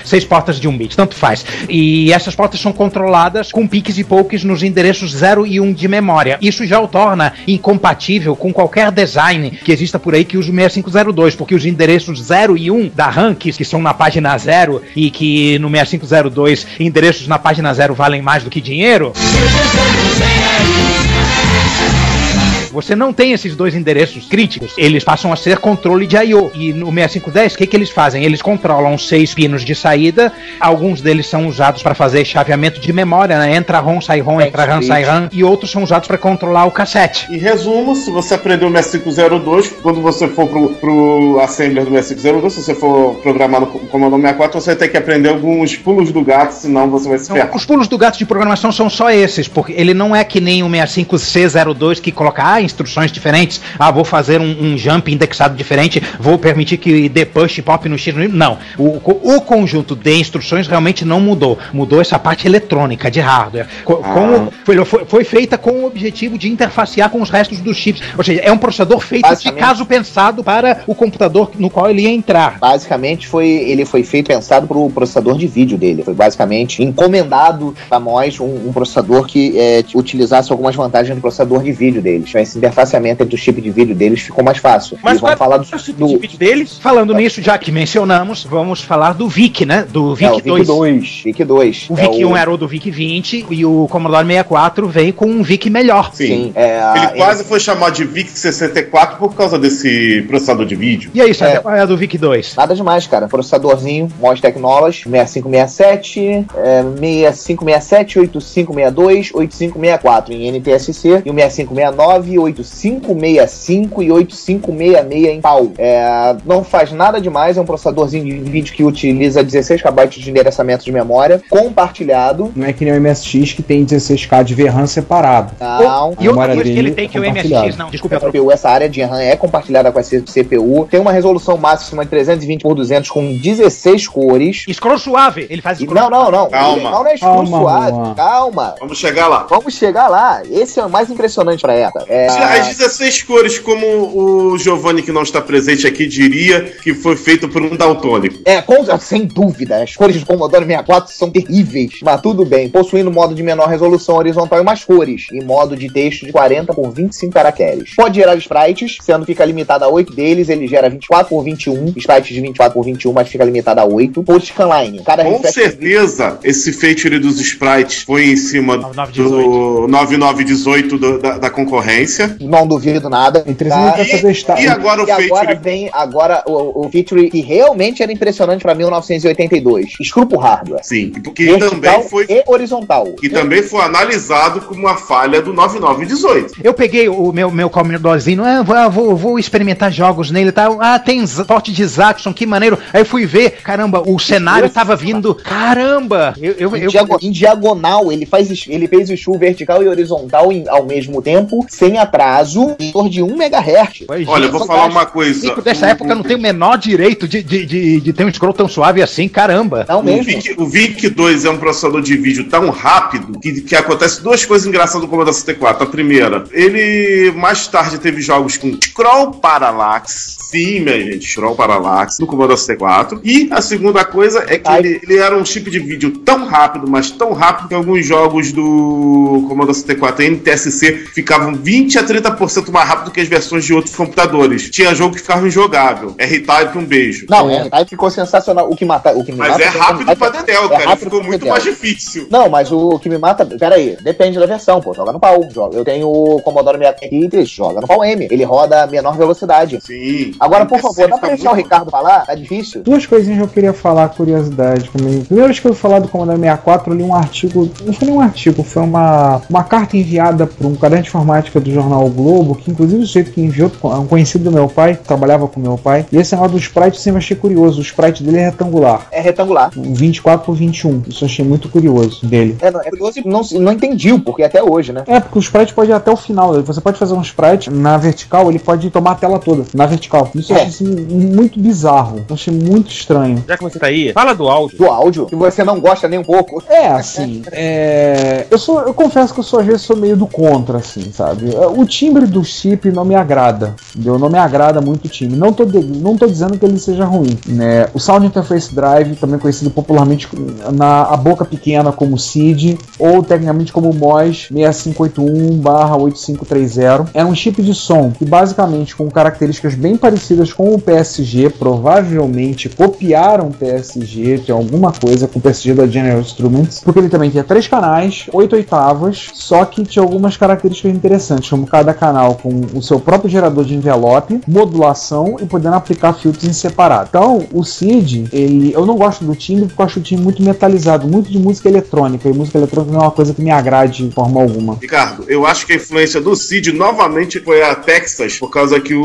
portas de um bit, tanto faz. E essas portas são controladas com piques e pokes nos endereços zero e um de memória. Isso já o torna incompatível com qualquer design que exista por aí que use o sessenta e cinco zero dois, porque os endereços zero e um da RAM, que, que são na página zero e que no sessenta e cinco zero dois endereços na página zero valem mais do que dinheiro. Você não tem esses dois endereços críticos, eles passam a ser controle de I O. E no sessenta e cinco dez, o que, que eles fazem? Eles controlam seis pinos de saída, alguns deles são usados para fazer chaveamento de memória, né? Entra ROM, sai ROM, entra RAM, sai RAM, e outros são usados para controlar o cassete. Em resumo, se você aprender o sessenta e cinco zero dois, quando você for pro, pro assembler do sessenta e cinco zero dois, se você for programar no Commodore sessenta e quatro, você vai ter que aprender alguns pulos do gato, senão você vai se ferrar. Os pulos do gato de programação são só esses, porque ele não é que nem o sessenta e cinco C zero dois que coloca ah, instruções diferentes, ah, vou fazer um, um jump indexado diferente, vou permitir que dê push pop no X. Não, o, o conjunto de instruções realmente não mudou, mudou essa parte eletrônica de hardware. Com, ah. com, foi, foi, foi feita com o objetivo de interfacear com os restos dos chips, ou seja, é um processador feito de caso pensado para o computador no qual ele ia entrar. Basicamente foi, ele foi feito pensado para o processador de vídeo dele, foi basicamente encomendado a nós um, um processador que é, utilizasse algumas vantagens do processador de vídeo deles. Então, esse interfaceamento entre o chip de vídeo deles ficou mais fácil. Mas vamos falar do, do de vídeo deles? Falando nisso, já que mencionamos, vamos falar do V I C, né? Do V I C é, dois. V I C dois. O é V I C um o... era o do V I C vinte e o Commodore sessenta e quatro veio com um V I C melhor. Sim. Sim. É, ele a... quase ele... foi chamado de V I C sessenta e quatro por causa desse processador de vídeo. E aí, sabe qual é a do V I C dois? Nada demais, cara. Processadorzinho, Mod Technology, sessenta e cinco sessenta e sete, é, sessenta e cinco sessenta e sete, oitenta e cinco sessenta e dois, oitenta e cinco sessenta e quatro em N T S C e o sessenta e cinco sessenta e nove, oitenta e cinco sessenta e cinco e oitenta e cinco sessenta e seis em pau. É, não faz nada demais, é um processadorzinho de vídeo que utiliza dezesseis gigabytes de endereçamento de memória compartilhado. Não é que nem o M S X que tem dezesseis K de V RAM separado. Não. E outra coisa que ele tem que é o M S X, não, desculpa. A C P U, essa área de RAM é compartilhada com a C P U, tem uma resolução máxima de trezentos e vinte por duzentos com dezesseis cores. Scroll suave, ele faz scroll. Não, não, não. Calma. Não, não é scroll calma, suave, calma. calma. Vamos chegar lá. Vamos chegar lá. Esse é o mais impressionante pra ela. É... As dezesseis cores, como o Giovanni, que não está presente aqui, diria que foi feito por um daltônico. É, com, sem dúvida. As cores do Commodore sessenta e quatro são terríveis, mas tudo bem. Possuindo modo de menor resolução horizontal e mais cores, e modo de texto de quarenta por vinte e cinco caracteres. Pode gerar sprites, sendo que fica limitado a oito deles. Ele gera vinte e quatro por vinte e um, sprites de vinte e quatro por vinte e um, mas fica limitado a oito. Por scanline. Cada com certeza, esse feature dos sprites foi em cima do noventa e nove dezoito da, da concorrência. Não duvido nada. Tá? E, e agora o e feature... agora vem agora o, o feature que realmente era impressionante para mil novecentos e oitenta e dois. Scrupo hardware. Sim, porque também foi... e horizontal. E também foi analisado como uma falha do noventa e nove dezoito. Eu peguei o meu, meu Commodorezinho, ah, vou, vou, vou experimentar jogos nele, tá? Ah, tem porte de Zaxxon, que maneiro. Aí eu fui ver, caramba, o cenário Ufa. tava vindo, caramba! Eu, eu, em, eu, diago, eu... em diagonal, ele, faz, ele fez o show vertical e horizontal em, ao mesmo tempo, sem atraso, em torno de um megahertz. Olha, eu vou falar uma coisa. Dessa o, época o, não tem o menor direito de, de, de, de ter um scroll tão suave assim, caramba. Não mesmo. O V I C dois é um processador de vídeo tão rápido que, que acontece duas coisas engraçadas do Commodore sessenta e quatro. A primeira, ele mais tarde teve jogos com scroll parallax. Sim, minha gente, scroll parallax no Commodore sessenta e quatro. E a segunda coisa é que ele, ele era um chip de vídeo tão rápido, mas tão rápido que alguns jogos do Commodore sessenta e quatro N T S C ficavam vinte a trinta por cento mais rápido que as versões de outros computadores. Tinha jogo que ficava injogável. R-Type, um beijo. Não, é. R-Type ficou sensacional. O que mata, o que me mas mata é rápido pra Dedel, é cara. Ficou muito mais difícil. Não, mas o que me mata... Pera aí, depende da versão, pô. Joga no pau. Joga. Eu tenho o Commodore sessenta e três, joga no pau M. Ele roda a menor velocidade. Sim. Agora, por favor, dá pra deixar o Ricardo falar? Tá difícil? Duas coisinhas que eu queria falar, curiosidade comigo. Primeira vez que eu falar do Commodore sessenta e quatro, eu li um artigo... Não foi nem um artigo, foi uma, uma carta enviada por um caderno de informática do jornal O Globo, que inclusive o jeito que enviou é um conhecido do meu pai, trabalhava com meu pai, e esse negócio do sprite eu sempre achei curioso. O sprite dele é retangular. É retangular. vinte e quatro por vinte e um. Isso eu achei muito curioso dele. É, não, é curioso e não, não entendi o porquê até hoje, né? É, porque o sprite pode ir até o final. Você pode fazer um sprite na vertical, ele pode tomar a tela toda, na vertical. Isso é. Eu achei assim, muito bizarro. Eu achei muito estranho. Já que você tá aí, fala do áudio. Do áudio? Que você não gosta nem um pouco. É, assim, é... Eu, sou, eu confesso que eu sou, às vezes, sou meio do contra, assim, sabe? o timbre do chip não me agrada, entendeu? Não me agrada muito o timbre. Não tô, de, não tô dizendo que ele seja ruim, né? O Sound Interface Drive, também conhecido popularmente na a boca pequena como C I D, ou tecnicamente como M O S seis cinco oito um barra oito cinco três zero, era um chip de som que basicamente com características bem parecidas com o P S G, provavelmente copiaram o P S G, tinha alguma coisa com o P S G da General Instruments, porque ele também tinha três canais, oito oitavas, só que tinha algumas características interessantes, como cada canal com o seu próprio gerador de envelope, modulação e podendo aplicar filtros em separado. Então, o C I D, ele, eu não gosto do timbre porque eu acho o timbre muito metalizado, muito de música eletrônica, e música eletrônica não é uma coisa que me agrade de forma alguma. Ricardo, eu acho que a influência do C I D novamente foi a Texas, por causa que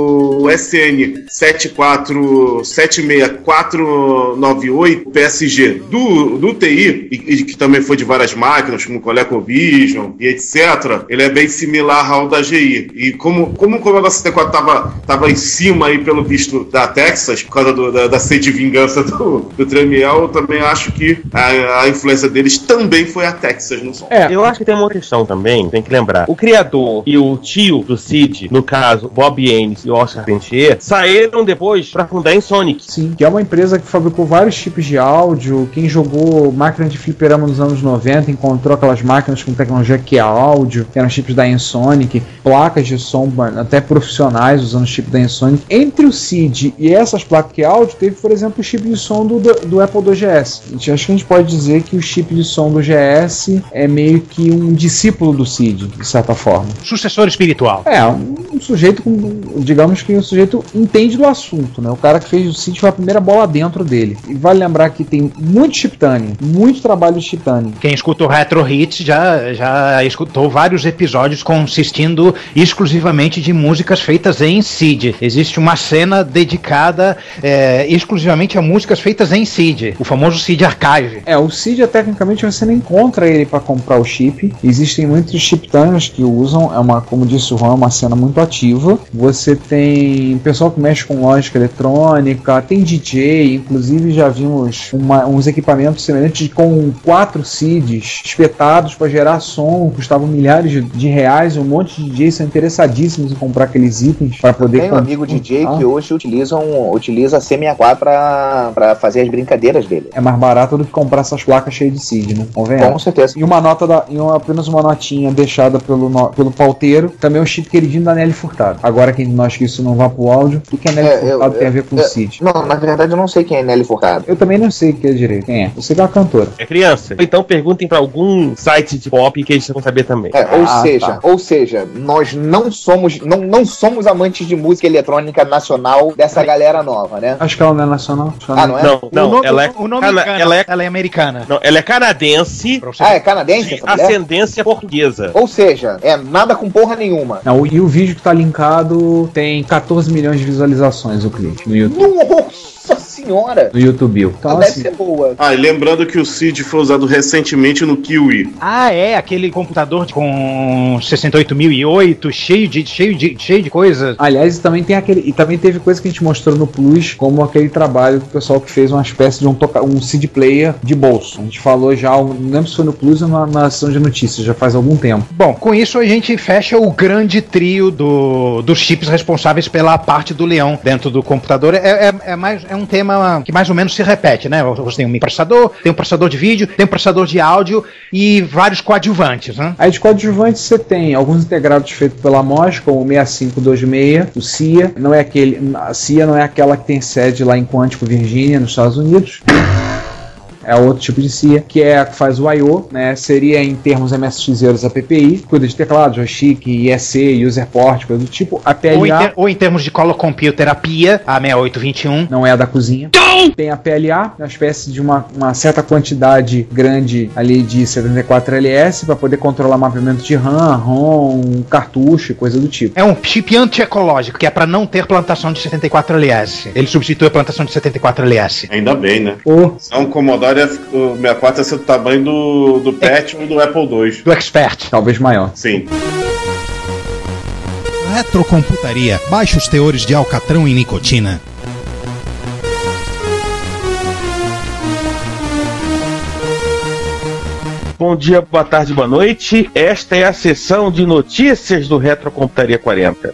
o S N sete quatro sete seis quatro nove oito, P S G do, do T I, e, e que também foi de várias máquinas, como ColecoVision e etcétera, ele é bem similar ao da G I. E como, como o Commodore sessenta e quatro estava tava em cima aí, pelo visto, da Texas, por causa do, da, da sede de vingança do, do Tramiel, eu também acho que a, a influência deles também foi a Texas no som. É, eu acho que tem uma questão também, tem que lembrar. O criador e o tio do C I D, no caso, Bob Haynes e Oscar Pentier, saíram depois para fundar a Ensoniq. Sim, que é uma empresa que fabricou vários tipos de áudio. Quem jogou máquina de fliperama nos anos noventa encontrou aquelas máquinas com tecnologia que é áudio, que eram chips da Ensoniq, placas de som até profissionais usando o chip da Ensoniq. Entre o C I D e essas placas de áudio, teve, por exemplo, o chip de som do, do Apple dois G S. A gente, acho que a gente pode dizer que o chip de som do G S é meio que um discípulo do C I D, de certa forma. Sucessor espiritual. É, um, um sujeito, com, digamos que o um sujeito entende do assunto, né? O cara que fez o C I D foi a primeira bola dentro dele. E vale lembrar que tem muito chiptune, muito trabalho de chiptune. Quem escuta o Retro Hits já, já escutou vários episódios consistindo exclusivamente de músicas feitas em C I D. Existe uma cena dedicada é, exclusivamente a músicas feitas em C I D, o famoso C I D Archive. É, o C I D, tecnicamente, você não encontra ele para comprar o chip. Existem muitos chiptunes que usam, é uma, como disse o Juan, é uma cena muito ativa. Você tem pessoal que mexe com lógica eletrônica, tem D J, inclusive já vimos uma, uns equipamentos semelhantes com quatro C I Ds espetados para gerar som, custavam milhares de, de reais, um monte de D Js são interessadíssimos em comprar aqueles itens para poder... Tem um amigo D J ah. que hoje utilizam, utiliza a C sessenta e quatro para fazer as brincadeiras dele. É mais barato do que comprar essas placas cheias de C I D, né? Com certeza. E uma nota, da, e uma, apenas uma notinha deixada pelo, no, pelo pauteiro, também é um chip queridinho da Nelly Furtado. Agora, quem não acha que isso não vá pro áudio, o que a Nelly é, Furtado eu, tem eu, a ver com o C I D? Não, na verdade eu não sei quem é Nelly Furtado. Eu também não sei quem é direito. Quem é? Eu sei que é uma cantora. É criança. Então perguntem pra algum site de pop que eles vão saber também. É, ou ah, seja, tá. ou seja, nós não somos, não, não somos amantes de música eletrônica nacional dessa galera nova, né? Acho que ela não é nacional. Ah, não é? Não, não, o nome, ela é, o nome cana, cana, ela é, ela é americana. Não, ela é canadense. Ah, é canadense? De ascendência portuguesa. Ou seja, é nada com porra nenhuma. Não, e o vídeo que tá linkado tem catorze milhões de visualizações o clipe no YouTube. Nossa senhora! No YouTube. Então, ah, assim, deve ser boa. Ah, e lembrando que o C I D foi usado recentemente no Kiwi. Ah, é, aquele computador com sessenta e oito mil e oito, cheio de, cheio de, cheio de coisas. Aliás, também tem aquele, e também teve coisa que a gente mostrou no Plus, como aquele trabalho do pessoal que fez uma espécie de um, toca, um C D player de bolso. A gente falou já, não lembro se foi no Plus ou na, na sessão de notícias, já faz algum tempo. Bom, com isso a gente fecha o grande trio do, dos chips responsáveis pela parte do leão dentro do computador. É, é, é, mais, é um tema que mais ou menos se repete, né? Você tem um microprocessador, tem um processador de vídeo, tem um processador de áudio e vários coadjuvantes, né? Aí de coadjuvantes você tem alguns integrados feitos pela M O S, como o seis cinco dois seis, o C I A, não é aquele, a C I A não é aquela que tem sede lá em Quantico, Virgínia, nos Estados Unidos. É outro tipo de C I A, que é a que faz o I O, né? Seria em termos M S X zero a P P I, cuida de teclado, joystick, I E C, user port, coisa do tipo. A P L A, ou, em ter, ou em termos de color computer, a P I A, a sessenta e oito vinte e um. Não é a da cozinha. Tem a P L A, uma espécie de uma, uma certa quantidade grande ali de setenta e quatro L S para poder controlar mapeamento de RAM, ROM, cartucho e coisa do tipo. É um chip anti-ecológico, que é para não ter plantação de setenta e quatro L S. Ele substitui a plantação de setenta e quatro L S. Ainda bem, né? Oh. É um Commodore, o sessenta e quatro ia ser do tamanho do, do Pet ou do Apple dois. Do Expert. Talvez maior. Sim. Retrocomputaria. Baixos teores de alcatrão e nicotina. Bom dia, boa tarde, boa noite. Esta é a sessão de notícias do Retrocomputaria quarenta.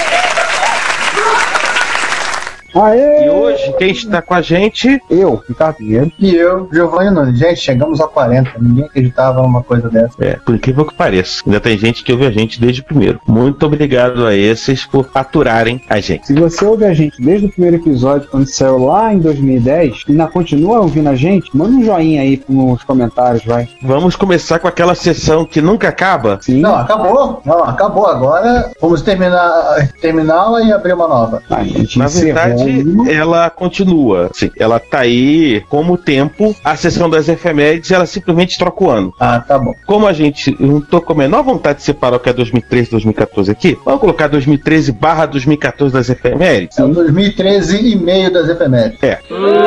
Aê! E hoje, quem está com a gente? Eu, Ricardo Pinheiro. E eu, Giovanni Nunes. Gente, chegamos a quarenta. Ninguém acreditava numa coisa dessa. É, por incrível que pareça. Ainda tem gente que ouve a gente desde o primeiro. Muito obrigado a esses por aturarem a gente. Se você ouve a gente desde o primeiro episódio, quando saiu lá em dois mil e dez, e ainda continua ouvindo a gente, manda um joinha aí nos comentários, vai. Vamos começar com aquela sessão que nunca acaba? Sim. Não, acabou. Não, acabou. Agora vamos terminar, terminá-la e abrir uma nova. A gente Na encerrou. verdade, ela continua. Assim, ela tá aí como tempo. A sessão das efemérides, ela simplesmente troca o ano. Ah, tá bom. Como a gente não tô com a menor vontade de separar o que é dois mil e treze e dois mil e catorze aqui, vamos colocar dois mil e treze barra dois mil e catorze das efemérides? É o dois mil e treze e meio das efemérides. É.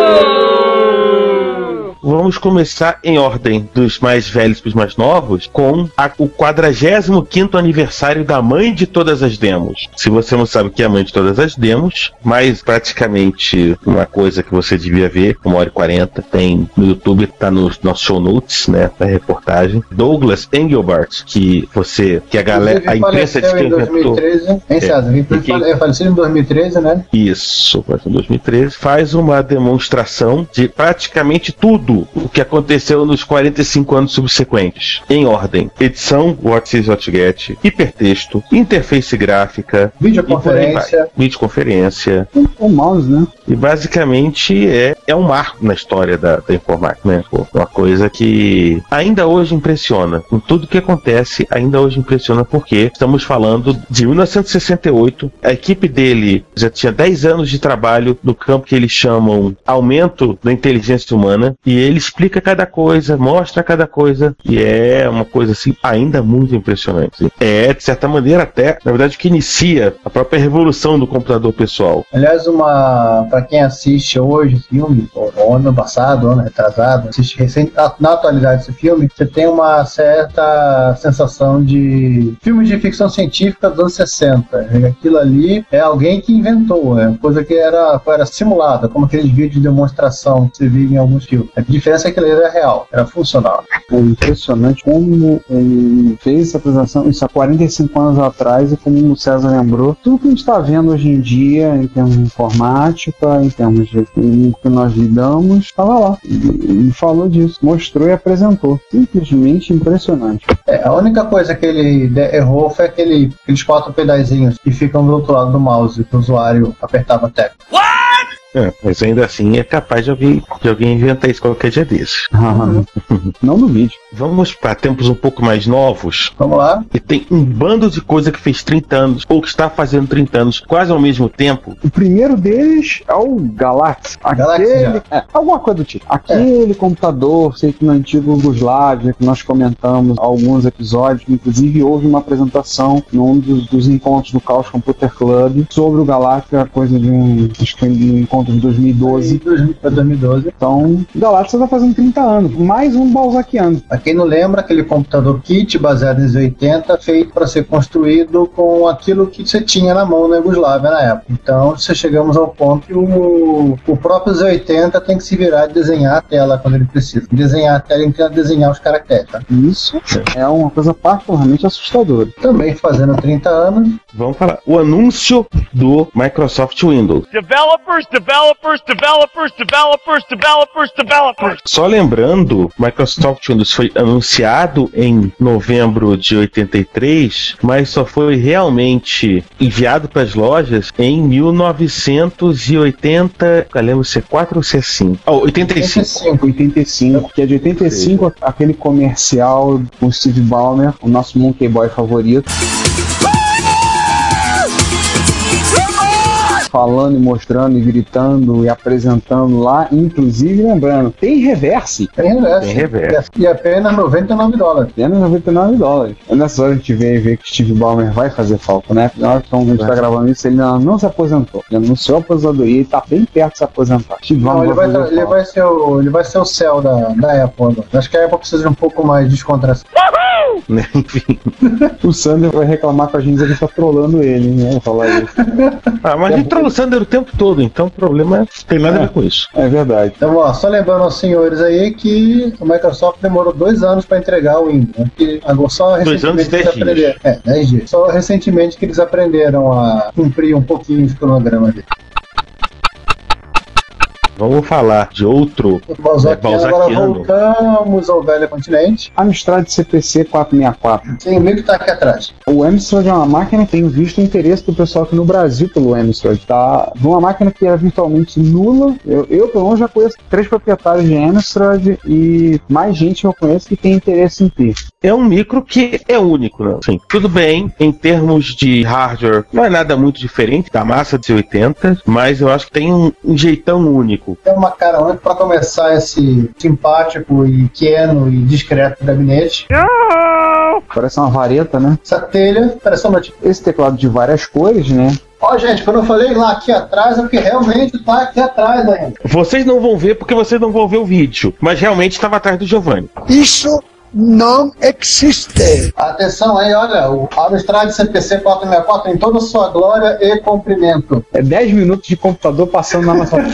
Vamos começar em ordem dos mais velhos para os mais novos, com a, o quadragésimo quinto aniversário da mãe de todas as demos. Se você não sabe o que é a mãe de todas as demos, mas praticamente uma coisa que você devia ver, uma hora e quarenta, tem no YouTube, tá nos nossos show notes, né, da reportagem. Douglas Engelbart, que você, que a galera, a imprensa diz que em dois mil e treze, hein, é, César? É falecido em dois mil e treze, né? Isso, em dois mil e treze, faz uma demonstração de praticamente tudo o que aconteceu nos quarenta e cinco anos subsequentes, em ordem: edição, What Is What Get, hipertexto, interface gráfica, videoconferência, videoconferência, o mouse, né? E basicamente é, é um marco na história da, da informática, né? Pô, uma coisa que ainda hoje impressiona. Com tudo que acontece, ainda hoje impressiona, porque estamos falando de mil novecentos e sessenta e oito. A equipe dele já tinha dez anos de trabalho no campo que eles chamam aumento da inteligência humana, e ele explica cada coisa, mostra cada coisa, e é uma coisa assim ainda muito impressionante. É, de certa maneira, até, na verdade, que inicia a própria revolução do computador pessoal. Aliás, uma para quem assiste hoje filme, ou ano passado, ano retrasado, assiste recente, na atualidade esse filme, você tem uma certa sensação de filmes de ficção científica dos anos sessenta. Aquilo ali é alguém que inventou, é coisa que era, era simulada, como aqueles vídeos de demonstração que você vê em alguns filmes. A diferença é que ele era real, era funcional. É impressionante como ele fez essa apresentação, isso há quarenta e cinco anos atrás, e como o César lembrou, tudo que a gente está vendo hoje em dia, em termos de informática, em termos de que nós lidamos, estava lá. Ele falou disso, mostrou e apresentou. Simplesmente impressionante. É, a única coisa que ele errou foi aquele, aqueles quatro pedazinhos que ficam do outro lado do mouse, que o usuário apertava a tecla. É, mas ainda assim é capaz de alguém, de alguém inventar isso qualquer dia desses. Não no vídeo. Vamos para tempos um pouco mais novos. Vamos lá. E tem um bando de coisa que fez trinta anos, ou que está fazendo trinta anos, quase ao mesmo tempo. O primeiro deles é o Galaxy. Aquele, é, alguma coisa do tipo. Aquele é. computador feito no antigo Yugoslávia, que nós comentamos alguns episódios, inclusive houve uma apresentação num dos, dos encontros do Chaos Computer Club sobre o Galaxy, a coisa de um, acho que foi um encontro de dois mil e doze. dois mil e doze. Então, o Galaxy está fazendo trinta anos. Mais um balzaquiano. Pra quem não lembra, aquele computador kit baseado em Z oitenta, feito para ser construído com aquilo que você tinha na mão na Yugoslávia na época. Então, você chegamos ao ponto que o, o próprio Z oitenta tem que se virar e desenhar a tela quando ele precisa. Desenhar a tela e desenhar os caracteres. Tá? Isso é uma coisa particularmente assustadora. Também fazendo trinta anos. Vamos falar. O anúncio do Microsoft Windows. Developers, developers, developers, developers, developers, developers. Só lembrando, Microsoft Windows foi anunciado em novembro de oitenta e três, mas só foi realmente enviado para as lojas em mil novecentos e oitenta. Eu lembro se é quatro ou se é cinco. Oh, oitenta e cinco. oitenta e cinco, que é de oitenta e cinco, Sim. aquele comercial com o Steve Ballmer, o nosso Monkey Boy favorito. Falando e mostrando e gritando e apresentando lá, inclusive lembrando, tem reverse. Tem reverse. Tem reverse. E apenas noventa e nove dólares. Apenas noventa e nove dólares. É nessa hora a gente vê, vê que Steve Ballmer vai fazer falta, né? Na hora que a gente está gravando isso, ele não, não se aposentou. Ele anunciou a aposentadoria e está bem perto de se aposentar. Steve não, ele vai, vai ele, vai ser o, ele vai ser o céu da, da Apple. Né? Acho que a Apple precisa de um pouco mais de descontração. Enfim. O Sander vai reclamar com a gente que a gente tá trolando ele, né? Falar isso. Ah, mas a gente trollou falo Sander o tempo todo, então o problema não tem nada É. a ver com isso. É verdade. Então, ó, só lembrando aos senhores aí que a Microsoft demorou dois anos para entregar o Windows. Né? Que agora só Dois anos e recentemente dez eles aprenderam. É, dez dias. Só recentemente que eles aprenderam a cumprir um pouquinho de cronograma dele. Vamos falar de outro Balzaquiano, é, agora Balzaquiano. voltamos ao velho continente. Amstrad C P C quatrocentos e sessenta e quatro. Sim, o meio que tá aqui atrás. O Amstrad é uma máquina que tem visto o interesse do pessoal aqui no Brasil pelo Amstrad. Tá? Uma máquina que era virtualmente nula. Eu, eu pelo menos, já conheço três proprietários de Amstrad e mais gente eu conheço que tem interesse em ter. É um micro que é único, né? Sim, tudo bem, em termos de hardware, não é nada muito diferente da massa de oitenta, mas eu acho que tem um, um jeitão único. Tem uma cara única para começar esse simpático e pequeno e discreto gabinete. Parece uma vareta, né? Essa telha, parece uma notícia. Esse teclado de várias cores, né? Ó, gente, quando eu falei lá aqui atrás, é porque realmente tá aqui atrás ainda. Vocês não vão ver porque vocês não vão ver o vídeo, mas realmente estava atrás do Giovanni. Isso não existe. Atenção aí, olha, o Amstrad C P C quatrocentos e sessenta e quatro em toda a sua glória e comprimento. É dez minutos de computador passando na nossa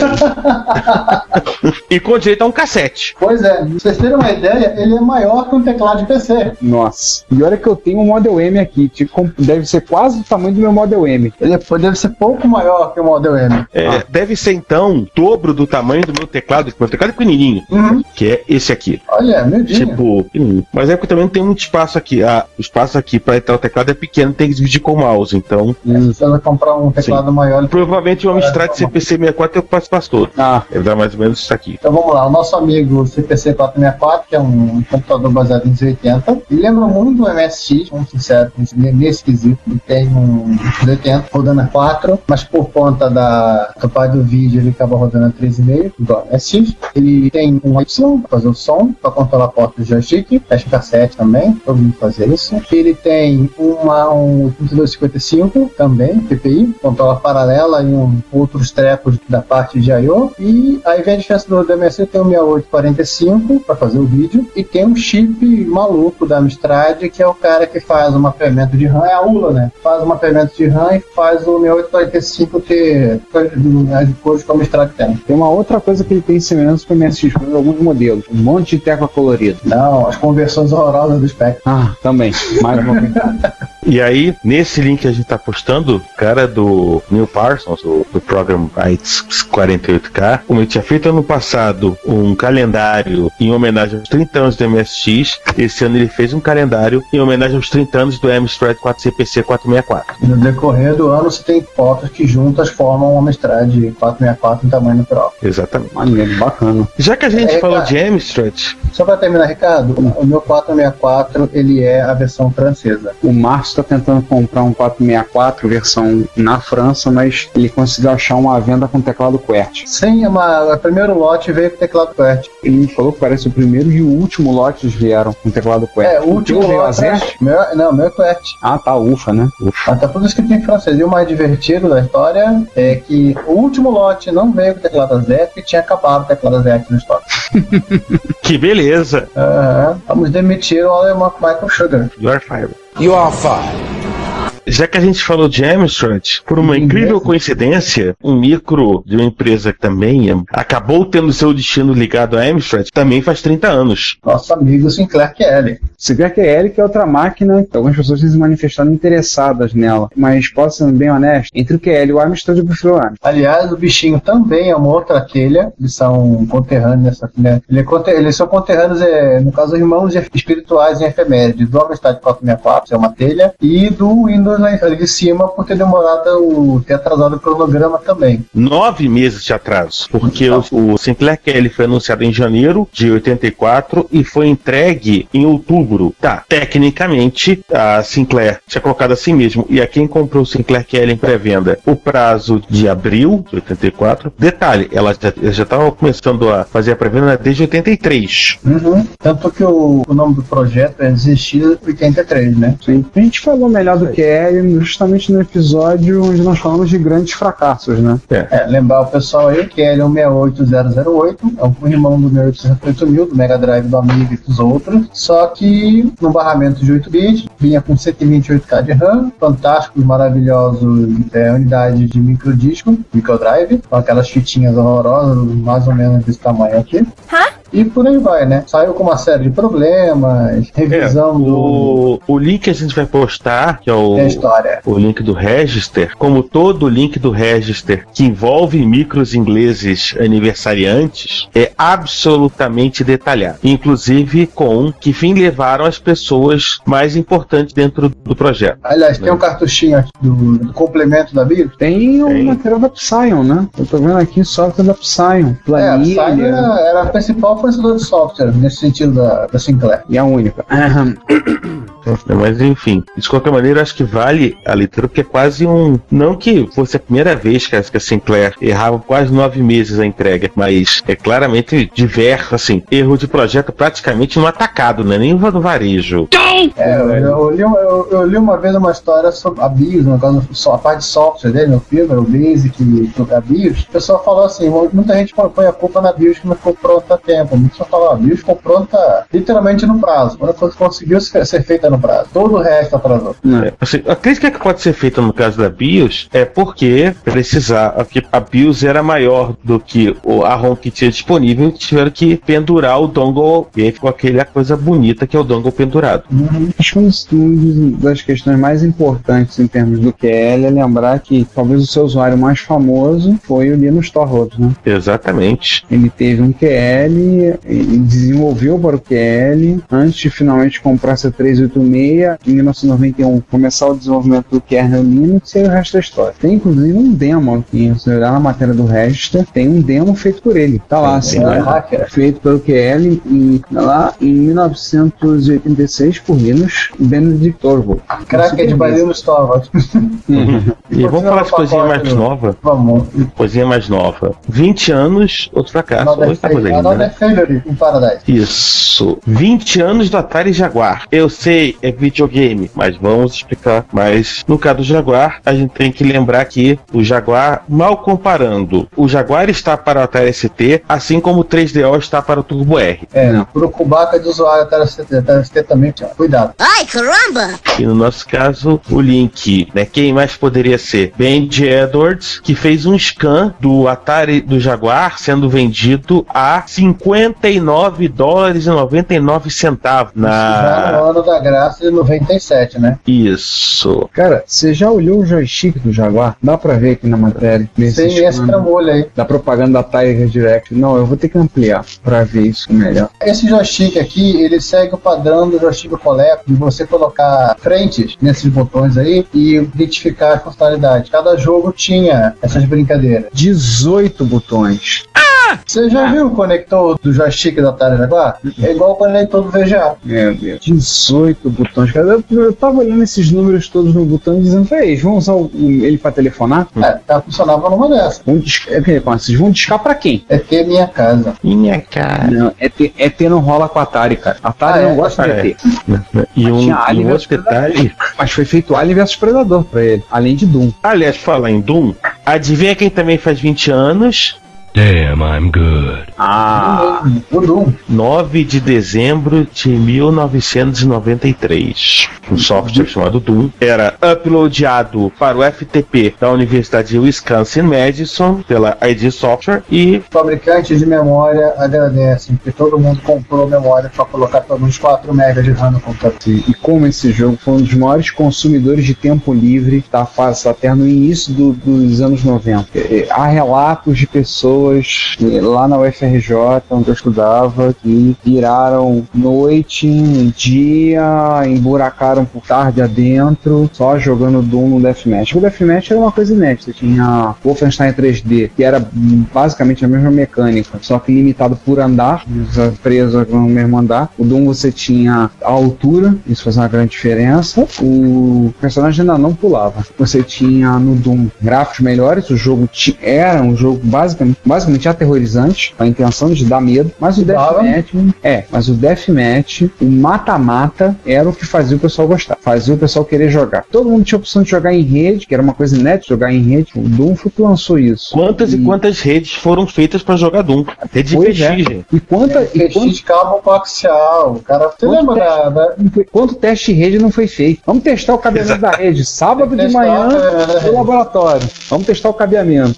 frente. E com direito a um cassete. Pois é, pra vocês terem uma ideia, ele é maior que um teclado de P C. Nossa. E olha que eu tenho um Model M aqui. Tipo, deve ser quase o tamanho do meu Model M. Ele deve ser pouco maior que o Model M. É, Ah. Deve ser então o dobro do tamanho do meu teclado, que meu teclado é pequenininho, Uhum. que é esse aqui. Olha, meu Deus. Tipo, pequenininho. Mas é porque também tem muito espaço aqui. Ah, o espaço aqui para entrar o teclado é pequeno, tem que dividir com o mouse, então. Se você vai comprar um teclado Sim. maior. Provavelmente o Amstrad C P C sessenta e quatro tem o espaço todo. Ah. Ele dá mais ou menos isso aqui. Então vamos lá, o nosso amigo C P C quatrocentos e sessenta e quatro, que é um computador baseado em duzentos e oitenta, ele lembra muito o M S X, vamos ser sinceros, nesse, nesse quesito. Ele tem um duzentos e oitenta rodando a quatro, mas por conta da capacidade do vídeo ele acaba rodando a três vírgula cinco, igual ao M S X. Ele tem um Y para fazer o som, para controlar a porta do joystick, fecha cassete também, todo mundo fazia isso. Ele tem uma, um oitenta e dois cinquenta e cinco também, P P I, controla paralela e um, outros trecos da parte de I O. E aí vem a diferença do D M S, tem um sessenta e oito quarenta e cinco para fazer o vídeo, e tem um chip maluco da Amstrad, que é o cara que faz o mapeamento de RAM, é a U L A, né? Faz o mapeamento de RAM e faz o sessenta e oito quarenta e cinco ter as cores que a Amstrad tem. Tem uma outra coisa que ele tem semelhança com o M S X, com alguns modelos. Um monte de tecla colorida. Não, as conversões horrorosas do Spectrum. Ah, também. Mais uma vez. E aí, nesse link que a gente tá postando, o cara do Neil Parsons, do, do Program Bytes quarenta e oito K, como ele tinha feito ano passado um calendário em homenagem aos trinta anos do M S X, esse ano ele fez um calendário em homenagem aos trinta anos do Amstrad C P C quatrocentos e sessenta e quatro. No decorrer do ano você tem fotos que juntas formam uma Amstrad quatrocentos e sessenta e quatro em tamanho natural. Exatamente. Maneiro, bacana. Já que a gente É, falou cara. de Amstrad, Só para terminar, Ricardo, o meu quatrocentos e sessenta e quatro ele é a versão francesa. O Márcio está tentando comprar um quatrocentos e sessenta e quatro versão na França, mas ele conseguiu achar uma venda com teclado QWERTY. Sim, uma, o primeiro lote veio com teclado QWERTY. Ele me falou que parece o primeiro e o último lote vieram com teclado QWERTY. É, o último teu veio lote. AZERTY? Meu, não, meu é QWERTY. Ah, tá, ufa, né? ufa. Tá tudo escrito em francês. E o mais divertido da história é que o último lote não veio com teclado AZERTY e tinha acabado o teclado AZERTY no estoque. Que beleza! Aham. Vamos demitir o alemão Michael Sugar. You are fired. You are fired. Já que a gente falou de Amstrad, por uma Sim, incrível mesmo. coincidência, um micro de uma empresa que também é- acabou tendo seu destino ligado a Amstrad, também faz trinta anos. Nosso amigo Sinclair Kelly. Sinclair Kelly, que é outra máquina, que algumas pessoas têm se manifestado interessadas nela. Mas posso ser bem honesto, entre o Q L e o Amstrad eu prefiro o Amstrad. Aliás, o bichinho também é uma outra telha. Eles são conterrâneos nessa, né? Ele é conter, eles são conterrâneos, é, no caso, irmãos espirituais em efemérides do Amstrad quatrocentos e sessenta e quatro, que é uma telha, e do Windows ali de cima, por ter demorado, o, ter atrasado o cronograma também. Nove meses de atraso, porque o, o Sinclair Kelly foi anunciado em janeiro de oitenta e quatro e foi entregue em outubro. Tá, tecnicamente, a Sinclair tinha colocado assim mesmo, e a quem comprou o Sinclair Kelly em pré-venda, o prazo de abril de oitenta e quatro. Detalhe, ela já estava começando a fazer a pré-venda desde oitenta e três. Uhum. Tanto que o, o nome do projeto é Desistir oitenta e três, né? Sim. A gente falou melhor do Q série justamente no episódio onde nós falamos de grandes fracassos, né? É, é lembrar o pessoal aí que ele é o seis oito zero zero oito, é o irmão do seis oito zero oito mil, do Mega Drive, do Amiga e dos outros, só que no barramento de oito bits, vinha com cento e vinte e oito K de RAM, fantásticos, maravilhosos é, unidades de microdisco, microdrive, com aquelas fitinhas horrorosas, mais ou menos desse tamanho aqui. Hã? E por aí vai, né? Saiu com uma série de problemas, revisão é, do... O, o link que a gente vai postar, que é o, é a história. o link do Register, como todo link do Register que envolve micros ingleses aniversariantes, é absolutamente detalhado. Inclusive com que fim levaram as pessoas mais importantes dentro do projeto. Aliás, né? Tem um cartuchinho aqui do, do complemento da BIOS? Tem o material da Psion, né? Eu tô vendo aqui software da Psion. Planilha. É, a Psion era, era a principal fornecedor de software, nesse sentido da, da Sinclair. E a única. Mas enfim, de qualquer maneira, acho que vale a leitura, porque é quase um... Não que fosse a primeira vez que a Sinclair errava quase nove meses a entrega, mas é claramente diverso, assim, erro de projeto praticamente no atacado, não é nem no varejo. É, eu, eu, li, eu, eu li uma vez uma história sobre a BIOS, no caso, a parte de software dele, no filme, o Basic e a BIOS. O pessoal falou assim, muita gente põe a culpa na BIOS que não ficou pronta a tempo. Muita gente falou, a BIOS ficou pronta literalmente no prazo. Quando a coisa conseguiu ser feita no prazo. Todo o resto atrasou. É, assim, a crítica que pode ser feita no caso da BIOS é porque precisar, porque a BIOS era maior do que a ROM que tinha disponível e tiveram que pendurar o dongle, e aí ficou aquela coisa bonita que é o dongle pendurado. Uhum. Acho que uma das questões mais importantes em termos do Q L é lembrar que talvez o seu usuário mais famoso foi o Linus Torvalds, né? Exatamente. Ele teve um Q L e desenvolveu para o Q L antes de finalmente comprar C trezentos e oitenta e seis, em mil novecentos e noventa e um começar o desenvolvimento do kernel Linux, e aí o resto da história. Tem inclusive um demo aqui, se você olhar na matéria do Register, tem um demo feito por ele. Tá lá, assim, né? Feito pelo Q L e, tá lá, em mil novecentos e oitenta e seis por Linus Benedict Torvalds. Cracker de Linus Torvalds. E vamos falar de coisinha mais nova. Vamos. Coisinha mais nova. vinte anos, outro fracasso. Hoje tá por aí, né? Failure em Paradise. Isso. vinte anos do Atari Jaguar. Eu sei, é videogame, mas vamos explicar mais. No caso do Jaguar, a gente tem que lembrar que o Jaguar, mal comparando, o Jaguar está para o Atari S T, assim como o três D O está para o Turbo R. É, não. Pro Kubaca de usuário Atari S T, Atari S T também, tchau. Cuidado. Ai, caramba! E no nosso caso, o Link, né? Quem mais poderia ser? Benji Edwards, que fez um scan do Atari do Jaguar sendo vendido a cinquenta e nove dólares e noventa e nove centavos. Na... Já no ano da graça de noventa e sete, né? Isso. Cara, você já olhou o joystick do Jaguar? Dá pra ver aqui na matéria. Sem esse trambolho aí. Da propaganda da Tiger Direct. Não, eu vou ter que ampliar pra ver isso melhor. Esse joystick aqui, ele segue o padrão do joystick Collect, de você colocar frentes nesses botões aí e identificar as funcionalidades. Cada jogo tinha essas brincadeiras. dezoito botões. Você já viu o conector do joystick da Atari Jaguar? É igual o conector do V G A. Meu Deus. dezoito botões. Eu, eu tava olhando esses números todos no botão e dizendo, peraí, vão usar o, ele pra telefonar? É, tá, funcionava numa dessas. Vão discar, é, vocês vão discar pra quem? É ter minha casa. Minha casa. Não, é ter, é ter não rola com a Atari, cara. A Atari ah, não é? gosta de é. ter. E um, tinha e um outro detalhe. Mas foi feito Alien versus Predador pra ele, além de Doom. Aliás, falar em Doom, adivinha quem também faz vinte anos? Damn, I'm good. Ah, o Doom. nove de dezembro de mil novecentos e noventa e três. Um software chamado Doom era uploadado para o F T P da Universidade de Wisconsin-Madison pela I D Software e... Fabricantes de memória agradecem, porque todo mundo comprou memória para colocar pelo menos quatro megas de RAM no computador. e como esse jogo foi um dos maiores consumidores de tempo livre da fase até no início do, dos anos noventa. Há relatos de pessoas lá na U F R J, onde eu estudava, que viraram noite, dia, emburacaram por tarde adentro, só jogando Doom no Deathmatch. O Deathmatch era uma coisa inédita. Tinha Wolfenstein três D, que era basicamente a mesma mecânica, só que limitado por andar, preso no mesmo andar. O Doom você tinha a altura, isso fazia uma grande diferença. O personagem ainda não pulava. Você tinha no Doom gráficos melhores, o jogo era um jogo basicamente basicamente aterrorizantes, com a intenção de dar medo, mas o Deathmatch, é, mas o Deathmatch, o mata-mata, era o que fazia o pessoal gostar, fazia o pessoal querer jogar. Todo mundo tinha a opção de jogar em rede, que era uma coisa inédita, jogar em rede. O Doom foi que lançou isso. Quantas e, e quantas redes foram feitas pra jogar Doom? Até de P X, é. gente. E quanta... É, e quanto... de cabo coaxial, o cara... Você lembra da, da... Quanto teste de rede não foi feito? Vamos testar o cabeamento Exato. da rede, sábado de manhã no laboratório. Vamos testar o cabeamento.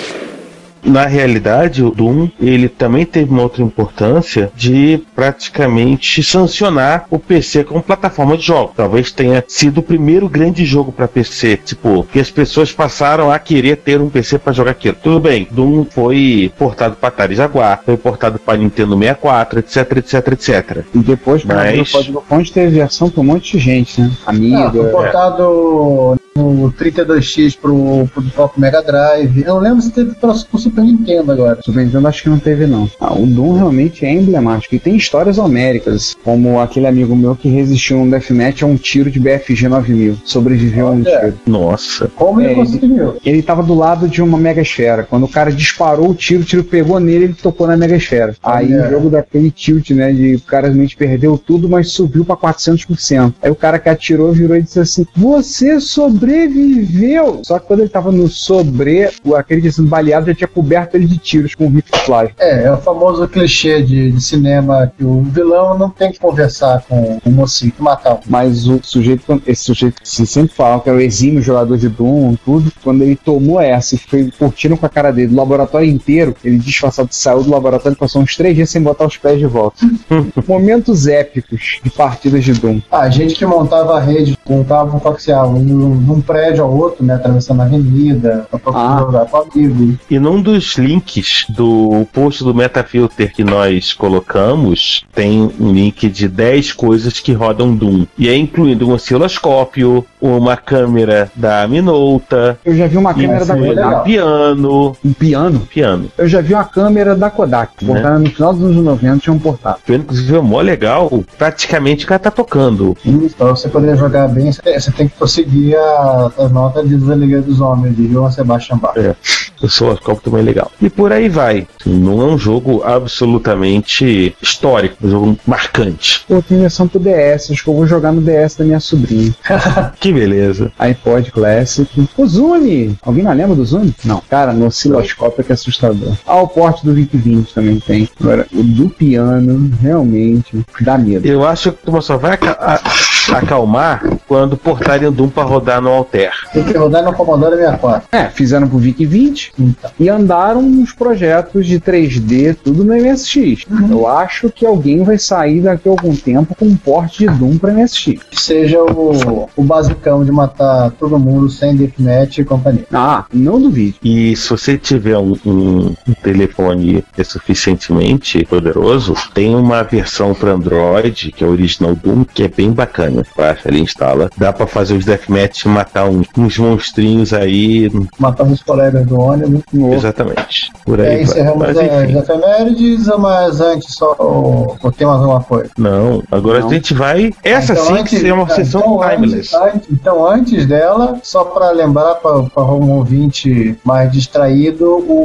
Na realidade, o Doom, ele também teve uma outra importância de praticamente sancionar o P C como plataforma de jogo. Talvez tenha sido o primeiro grande jogo para P C, tipo, que as pessoas passaram a querer ter um P C para jogar aquilo. Tudo bem, Doom foi portado para Atari Jaguar, foi portado para Nintendo sessenta e quatro, etc, etc, etcétera. E depois, Mas... o Código Fonte teve versão para um monte de gente, né? Amiga. Ah, foi portado... É. no trinta e dois X pro, pro próprio Mega Drive. Eu não lembro se teve pro, pro Super Nintendo agora. Super Nintendo acho que não teve, não. Ah, o Doom realmente é emblemático. E tem histórias homéricas, como aquele amigo meu que resistiu num Deathmatch a um tiro de B F G nove mil. Sobreviveu a um é. tiro. Nossa. Como ele é, conseguiu? Ele, ele tava do lado de uma mega esfera. Quando o cara disparou o tiro, o tiro pegou nele, ele tocou na mega esfera. Aí é. o jogo daquele tilt, né, de o cara realmente perdeu tudo, mas subiu pra quatrocentos por cento. Aí o cara que atirou virou e disse assim: você sobreviveu! Só que quando ele tava no sobre, aquele tinha sido baleado já tinha coberto ele de tiros com rifle. É, é o famoso clichê de, de cinema que o vilão não tem que conversar com o mocinho, que matar um. Mas o sujeito, esse sujeito que se sempre fala que era o exímio jogador de Doom, tudo, quando ele tomou essa e foi curtindo com a cara dele, o laboratório inteiro, ele disfarçado saiu do laboratório e passou uns três dias sem botar os pés de volta. Momentos épicos de partidas de Doom. A gente que montava a rede, montava um coaxial de um prédio ao outro, né, atravessando a avenida, pra ah. jogar com amigo. E num dos links do post do Metafilter que nós colocamos, tem um link de dez coisas que rodam Doom. E é incluindo um osciloscópio, uma câmera da Minolta. Eu já vi uma câmera da Kodak. Um piano. Um piano? Piano. Eu já vi uma câmera da Kodak. Né? Portada no final dos anos noventa, tinha um portátil. O inclusive é mó legal. Praticamente o cara tá tocando. Isso, pra você poder jogar bem, você tem que prosseguir a, as notas de Desalegria dos Homens, de Johann Sebastian Bach. É. O osciloscópio também é legal. E por aí vai. Não é um jogo absolutamente histórico, um jogo marcante. Pô, tem versão pro D S, acho que eu vou jogar no D S da minha sobrinha. Que beleza. iPod Classic. O Zune! Alguém não lembra do Zune? Não. Cara, no osciloscópio é que é assustador. Ah, o porte do VIC vinte também tem. Agora, o do piano, realmente, dá medo. Eu acho que tu só vai a, a, acalmar quando portarem o Doom pra rodar no Altair. Tem que rodar no Commodore sessenta e quatro. É, fizeram pro VIC vinte então. E andaram nos projetos de três D, tudo no M S X. Uhum. Eu acho que alguém vai sair daqui a algum tempo com um porte de Doom pra M S X. Seja o, o basicão de matar todo mundo sem deathmatch e companhia. Ah, não duvido. E se você tiver um, um, um telefone suficientemente poderoso, tem uma versão para Android, que é o original Doom, que é bem bacana. Baixa ali, instala. Dá pra fazer os deathmatch e matar uns, uns monstrinhos aí. Matar os colegas do ônibus. Exatamente. Por aí. É, encerramos as efemérides, mas antes só ou, ou tem mais alguma coisa? Não, agora não. A gente vai. Essa então, sim antes, é uma tá, sessão então, timeless. Antes, então, antes dela, só para lembrar para um ouvinte mais distraído,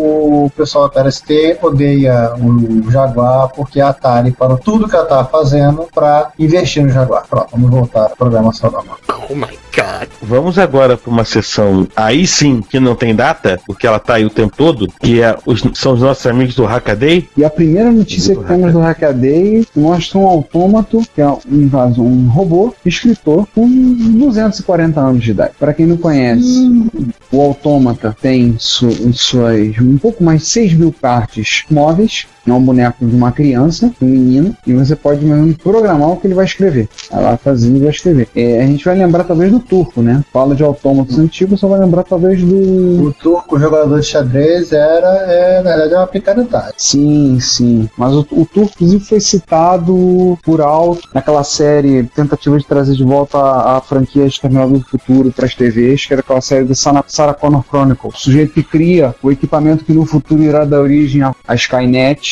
o pessoal da T S T odeia o Jaguar porque a Atari parou tudo que ela estava fazendo para investir no Jaguar. Pronto, vamos voltar à programação da marca. Oh my God. Vamos agora para uma sessão aí sim que não tem data, porque ela tá aí o tempo todo, que é os, são os nossos amigos do Hackaday. E a primeira notícia que temos do Hackaday mostra um autômato, que é um, um robô escritor com duzentos e quarenta anos de idade. Para quem não conhece, hum. o autômata tem su, suas um pouco mais de seis mil partes móveis. É um boneco de uma criança, um menino, e você pode mesmo programar o que ele vai escrever. Ela vai fazer e vai escrever. É, a gente vai lembrar talvez do Turco, né? Fala de autômatos antigos, só vai lembrar talvez do... O Turco, o jogador de xadrez, era, é, na verdade, é uma picaretagem. Sim, sim. Mas o, o Turco, inclusive, foi citado por alto naquela série, tentativa de trazer de volta a, a franquia Exterminador do Futuro para as T Vs, que era aquela série do Sarah Connor Chronicles. O sujeito que cria o equipamento que no futuro irá dar origem à Skynet.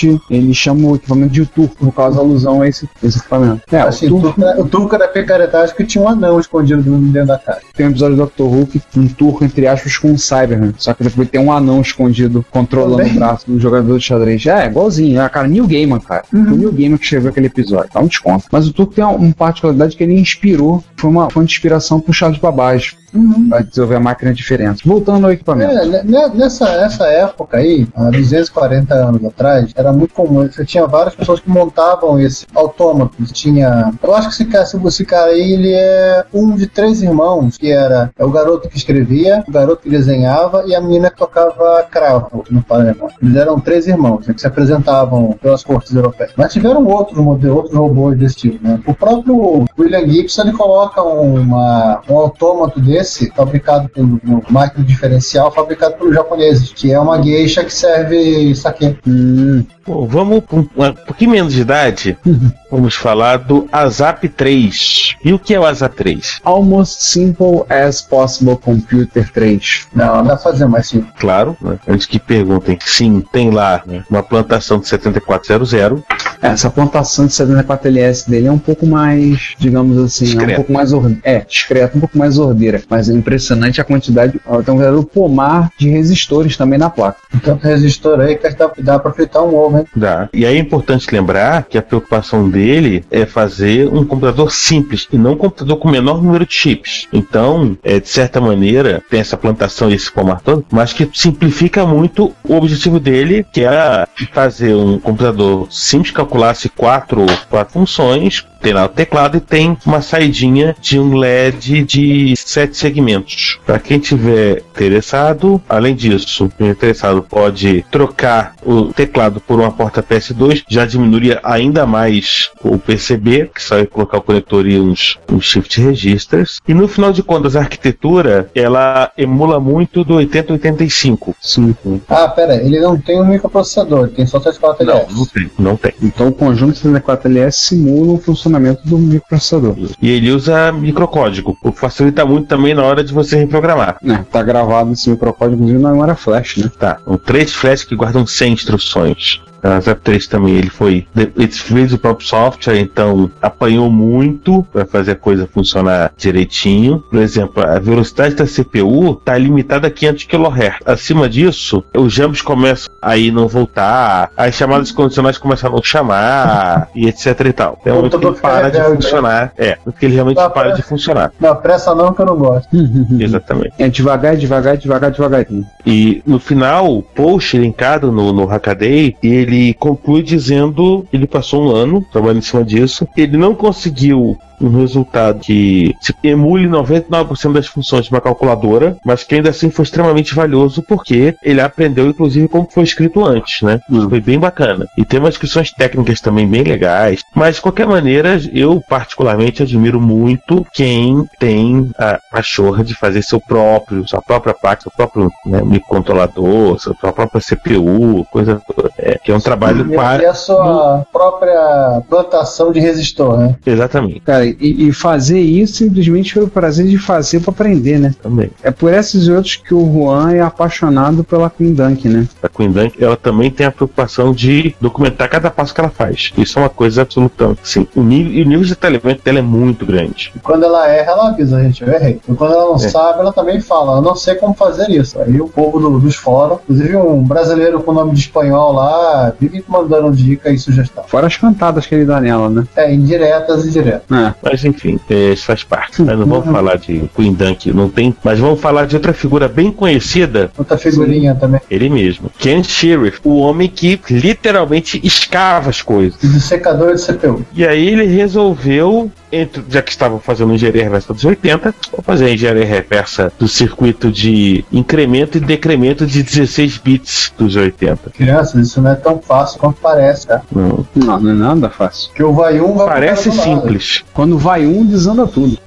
Ghost, ele chama o equipamento de Turco, por causa da alusão a esse, esse equipamento. É, assim, o o Turco, Turco, o Turco era picaretagem que tinha um anão escondido dentro da caixa. tem um episódio do Doctor Who que um Turco, entre aspas, com um Cyberman, só que depois tem um anão escondido controlando Também. o braço do jogador de xadrez. É, igualzinho, é, cara, Neil Gaiman, cara. Foi o Neil Gaiman que escreveu aquele episódio, dá um desconto. Mas o Turco tem uma, uma particularidade que ele inspirou, foi uma fonte de inspiração pro Charles Babbage. Uhum. Pra desenvolver a máquina diferente. Voltando ao equipamento. É, né, né, nessa essa época aí, há duzentos e quarenta anos atrás, era muito comum. Você tinha várias pessoas que montavam esse autômato. Tinha. Eu acho que esse cara, esse cara aí, ele é um de três irmãos, que era o garoto que escrevia, o garoto que desenhava e a menina que tocava cravo no Panamá. Eles eram três irmãos, né, que se apresentavam pelas cortes europeias. Mas tiveram outros modelos, outros robôs desse tipo, né? O próprio William Gibson, ele coloca uma, um autômato desse fabricado pelo uma máquina diferencial, fabricado pelos japoneses, que é uma geisha que serve saque. Hum. Bom, vamos com um pouquinho menos de idade. Vamos falar do ASAP três. E o que é o ASAP três? Almost Simple as Possible Computer três. Não, não dá pra fazer mais simples. Claro, né? Antes que perguntem, sim, tem lá, né, uma plantação de setenta e quatro zero zero. Essa plantação de setenta e quatro L S dele é um pouco mais, digamos assim, Discreto. é um pouco mais ordeira. É, discreto, um pouco mais ordeira. Mas é impressionante a quantidade. Ó, tem um verdadeiro pomar de resistores também na placa. Tanto resistor aí que dá, dá pra fritar um ovo, hein? Dá. E aí é importante lembrar que a preocupação dele é fazer um computador simples e não um computador com menor número de chips. Então, é, de certa maneira, tem essa plantação e esse pomar todo, mas que simplifica muito o objetivo dele, que era fazer um computador simples, calculasse quatro, quatro funções. Tem lá o teclado e tem uma saidinha de um L E D de sete segmentos. Para quem tiver interessado, além disso, quem interessado pode trocar o teclado por uma porta P S dois, já diminuiria ainda mais o P C B, que só ia colocar o conector e uns, uns shift registers. E no final de contas, a arquitetura, ela emula muito do oitenta oitenta e cinco. Sim. Ah, pera, ele não tem um microprocessador, tem só setenta e quatro L S. Não, não tem, não tem. Então o conjunto de setenta e quatro L S simula o funcionamento do microprocessador. E ele usa microcódigo, o que facilita muito também na hora de você reprogramar. É, tá gravado esse microcódigo, inclusive, na memória flash, né? Tá, são três flashes que guardam cem instruções. A ASAP três também, ele foi. Ele fez o próprio software, então apanhou muito para fazer a coisa funcionar direitinho. Por exemplo, a velocidade da C P U está limitada a quinhentos quilohertz. Acima disso, os jumps começam a ir não voltar, as chamadas condicionais começam a não chamar, e etc e tal. É muito que ele para de funcionar. É, porque ele realmente para de funcionar. Não, pressa não que eu não gosto. Exatamente. É devagar, devagar, devagar, devagarinho. E no final, o post linkado no, no Hackaday, ele Ele conclui dizendo que ele passou um ano trabalhando em cima disso, ele não conseguiu um resultado que emule noventa e nove por cento das funções de uma calculadora, mas que ainda assim foi extremamente valioso porque ele aprendeu inclusive como foi escrito antes, né? Isso foi bem bacana. E tem umas questões técnicas também bem legais, mas de qualquer maneira eu particularmente admiro muito quem tem a pachorra de fazer seu próprio, sua própria placa, seu próprio, né, microcontrolador, sua própria C P U, coisa toda. É, que é um trabalho e, para... E a sua própria plantação de resistor, né? Exatamente. Cara, E, e fazer isso simplesmente pelo prazer de fazer para aprender, né? Também. É por esses e outros que o Juan é apaixonado pela Queen Dunk, né? A Queen Dunk, ela também tem a preocupação de documentar cada passo que ela faz. Isso é uma coisa absoluta. Sim, o nível, o nível de detalhamento dela é muito grande. E quando ela erra, ela avisa a gente, eu errei. E quando ela não é. sabe, ela também fala, eu não sei como fazer isso. Aí o povo do, dos fóruns, inclusive um brasileiro com nome de espanhol lá, vive mandando dica e sugestão. Fora as cantadas que ele dá nela, né? É, indiretas e diretas. É. Mas enfim, é, isso faz parte. Mas não vamos uhum. falar de Queen Dunk, não tem. Mas vamos falar de outra figura bem conhecida. Outra figurinha Sim. também. Ele mesmo. Ken Shirriff, o homem que literalmente escava as coisas. De secador de C P U. E aí ele resolveu, entre, já que estavam fazendo engenharia reversa dos oitenta, vou fazer a engenharia reversa do circuito de incremento e decremento de dezesseis bits dos oitenta. Crianças, isso não é tão fácil quanto parece, cara. Não, não, não é nada fácil. Que o vai um vai Parece simples. Quando vai um, desanda tudo.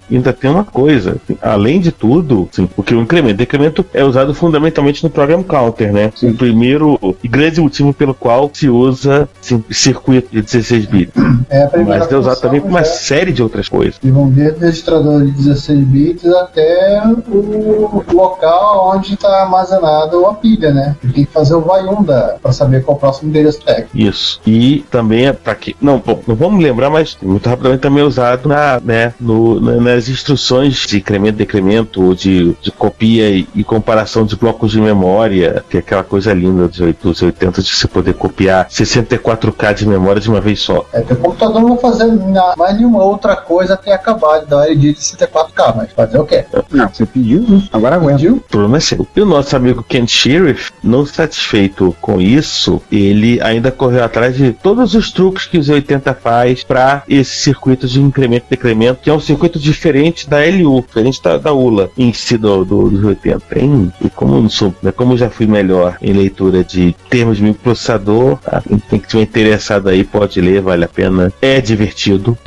ainda tem uma coisa, assim, além de tudo, assim, porque o incremento, decremento é usado fundamentalmente no Program Counter, né? Sim. O primeiro e grande motivo pelo qual se usa assim, circuito de dezesseis bits. É, mas é usado também para uma série de outras coisas. E vão ver registrador de dezesseis bits até o local onde está armazenado a pilha, né? Tem que fazer o vai um para saber qual é o próximo endereço técnico. Isso. E também é para que. Não, bom, não vamos lembrar, mas muito rapidamente também é usado na, né, no, na, nas instruções de incremento, decremento, ou de, de copia e, e comparação de blocos de memória, que é aquela coisa linda dos, dos oitenta de você poder copiar sessenta e quatro K de memória de uma vez só. É que o computador não vai fazer mais nenhuma outra coisa até acabar de dar a L D de sessenta e quatro K, mas fazer o quê? Não, você pediu, né? Agora aguenta. O problema é seu. E o nosso amigo Ken Sheriff, não satisfeito com isso, ele ainda correu atrás de todos os truques que o Z oitenta faz para esse circuito de incremento e decremento, que é um circuito diferente da L U, diferente da, da U L A em si do, do, dos oitenta. Hein? E como eu não sou, né, como eu já fui melhor em leitura de termos de microprocessador, tá? Quem que estiver interessado aí pode ler, vale a pena, é divertido.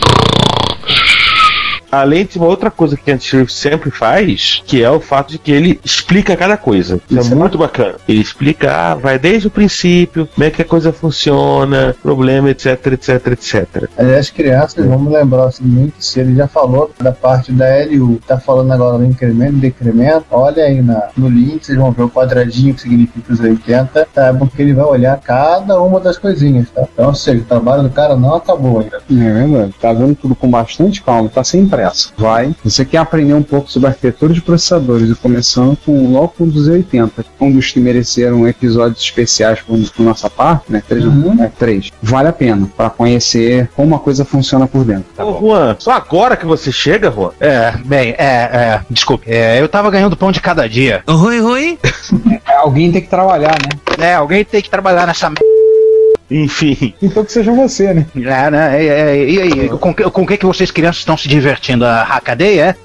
Além de uma outra coisa que o Sheriff sempre faz, que é o fato de que ele explica cada coisa. Isso, Isso é muito bacana. Ele explica, ah, vai desde o princípio, como é que a coisa funciona, problema, etc, etc, etcétera. Aliás, crianças, vamos lembrar o seguinte, se ele já falou da parte da L U, tá falando agora do incremento e decremento, olha aí na, no link, vocês vão ver o quadradinho que significa os oitenta, tá? Porque ele vai olhar cada uma das coisinhas, tá? Então, ou seja, o trabalho do cara não acabou ainda. É verdade. Tá vendo tudo com bastante calma, tá sem pressa. Vai. Você quer aprender um pouco sobre arquitetura de processadores e começando com logo com o Z oitenta, um dos que mereceram episódios especiais por, por nossa parte, né? Três, uhum. é, três. Vale a pena para conhecer como a coisa funciona por dentro. Tá Ô, bom. Juan, só agora que você chega, Juan? É, bem, é, é desculpe, é, eu tava ganhando pão de cada dia. Oi, oi. É, alguém tem que trabalhar, né? É, alguém tem que trabalhar nessa merda. Enfim. Então que seja você, né? É, né? E, e, e aí, com, com o que, que vocês crianças estão se divertindo? A Hackaday, é?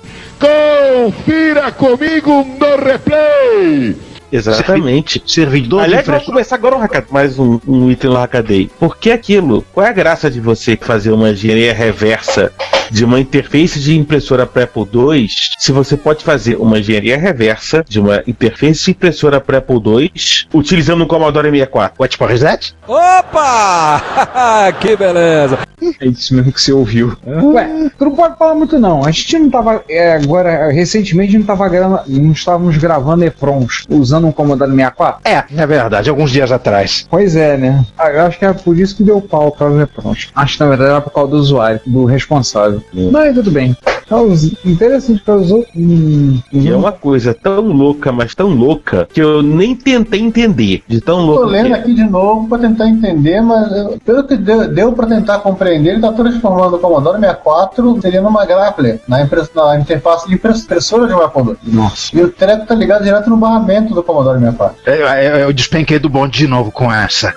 Confira comigo no replay! Exatamente. Servidor Aliás, vamos começar agora um, mais um, um item no Hackaday. Por que aquilo? Qual é a graça de você fazer uma engenharia reversa de uma interface de impressora para Apple dois, se você pode fazer uma engenharia reversa de uma interface de impressora para Apple dois utilizando um Commodore sessenta e quatro? What for reset? Opa! Que beleza! É isso mesmo que você ouviu. Ué, tu não pode falar muito não. A gente não tava, é, agora, recentemente não tava gravando, não estávamos gravando EPROMs usando um Commodore sessenta e quatro? É, é verdade, alguns dias atrás. Pois é, né? Ah, eu acho que é por isso que deu pau para os EPROMs. Acho que na verdade era por causa do usuário, do responsável. Hum. Mas tudo bem. Interessante que usou. Hum, e é uma coisa tão louca, mas tão louca, que eu nem tentei entender. De tão louco. Tô lendo que... aqui de novo pra tentar entender, mas eu, pelo que deu, deu pra tentar compreender, ele tá transformando o Commodore sessenta e quatro seria numa Grappler, na, impress, na interface de impressora de um Apple dois. Nossa. E o treco tá ligado direto no barramento do Commodore sessenta e quatro. Eu, eu, eu despenquei do bonde de novo com essa.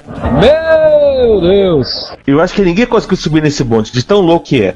Meu Deus! Eu acho que ninguém conseguiu subir nesse bonde, de tão louco que é.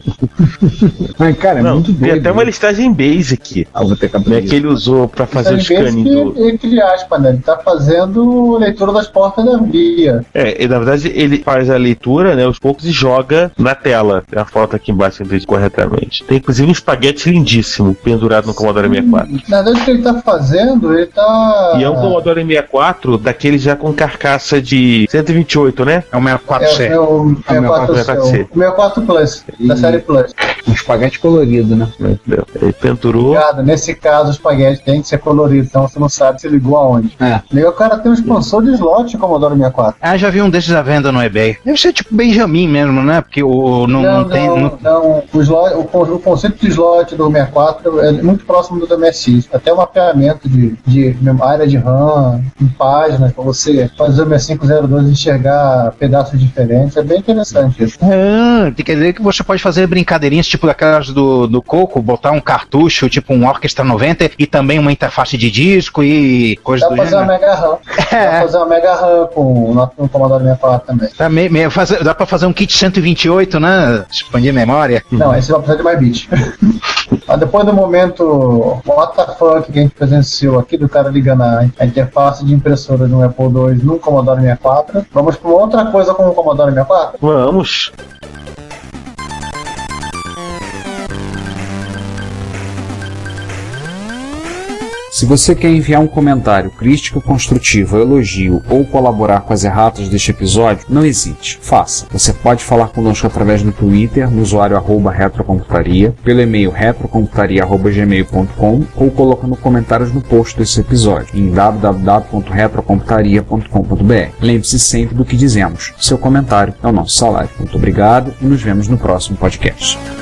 Mas, cara, é Não, muito doido. Tem até uma listagem basic, ah, vou ter que né, que ele usou pra fazer o scanning do... Entre aspas, né? Ele tá fazendo leitura das portas da via. É, e, na verdade ele faz a leitura, né, aos poucos e joga na tela. Tem a foto aqui embaixo que corretamente. Tem inclusive um espaguete lindíssimo pendurado no Commodore sessenta e quatro. Na verdade o que ele tá fazendo, ele tá... E é um Commodore sessenta e quatro daquele já com carcaça de cento e vinte e oito, né? É o sessenta e quatro C. É, é o sessenta e quatro C. sessenta e quatro Plus, e... da série Plus. Um espaguete colorido, né? Ele pendurou. Obrigado. Nesse caso, o espaguete tem que ser colorido, então você não sabe se ligou aonde. É. E aí o cara tem um expansor de slot Commodore sessenta e quatro. Ah, já vi um desses à venda no eBay. Deve ser tipo Benjamin mesmo, né? Porque o não, não, não tem. Não, não... não. O, slot, o, o conceito de slot do sessenta e quatro é muito próximo do do M S X. Até o mapeamento de, de área de RAM, em páginas, para você fazer o sessenta e cinco zero dois e enxergar pedaços diferentes. É bem interessante isso. Ah, quer dizer que você pode fazer brincadeirinhas tipo daquelas do, do Coco, botar um cartucho, tipo um Orchestra noventa e também uma interface de disco e coisa do gênero. Dá pra fazer uma Mega RAM. É. Dá pra fazer uma Mega RAM com o Commodore sessenta e quatro também. Tá meio, meio fazer, dá pra fazer um kit cento e vinte e oito, né? Expandir memória. Não, esse vai precisar de mais bit. Mas depois do momento what the fuck que a gente presenciou aqui, do cara ligando a, a interface de impressora de um Apple dois no Commodore sessenta e quatro, vamos pra outra coisa com o Commodore sessenta e quatro? Vamos. Se você quer enviar um comentário, crítica construtiva, elogio ou colaborar com as erratas deste episódio, não hesite, faça. Você pode falar conosco através do Twitter, no usuário arroba retrocomputaria, pelo e-mail retrocomputaria arroba gmail ponto com ou colocando comentários no post desse episódio em w w w ponto retrocomputaria ponto com ponto b r. Lembre-se sempre do que dizemos. Seu comentário é o nosso salário. Muito obrigado e nos vemos no próximo podcast.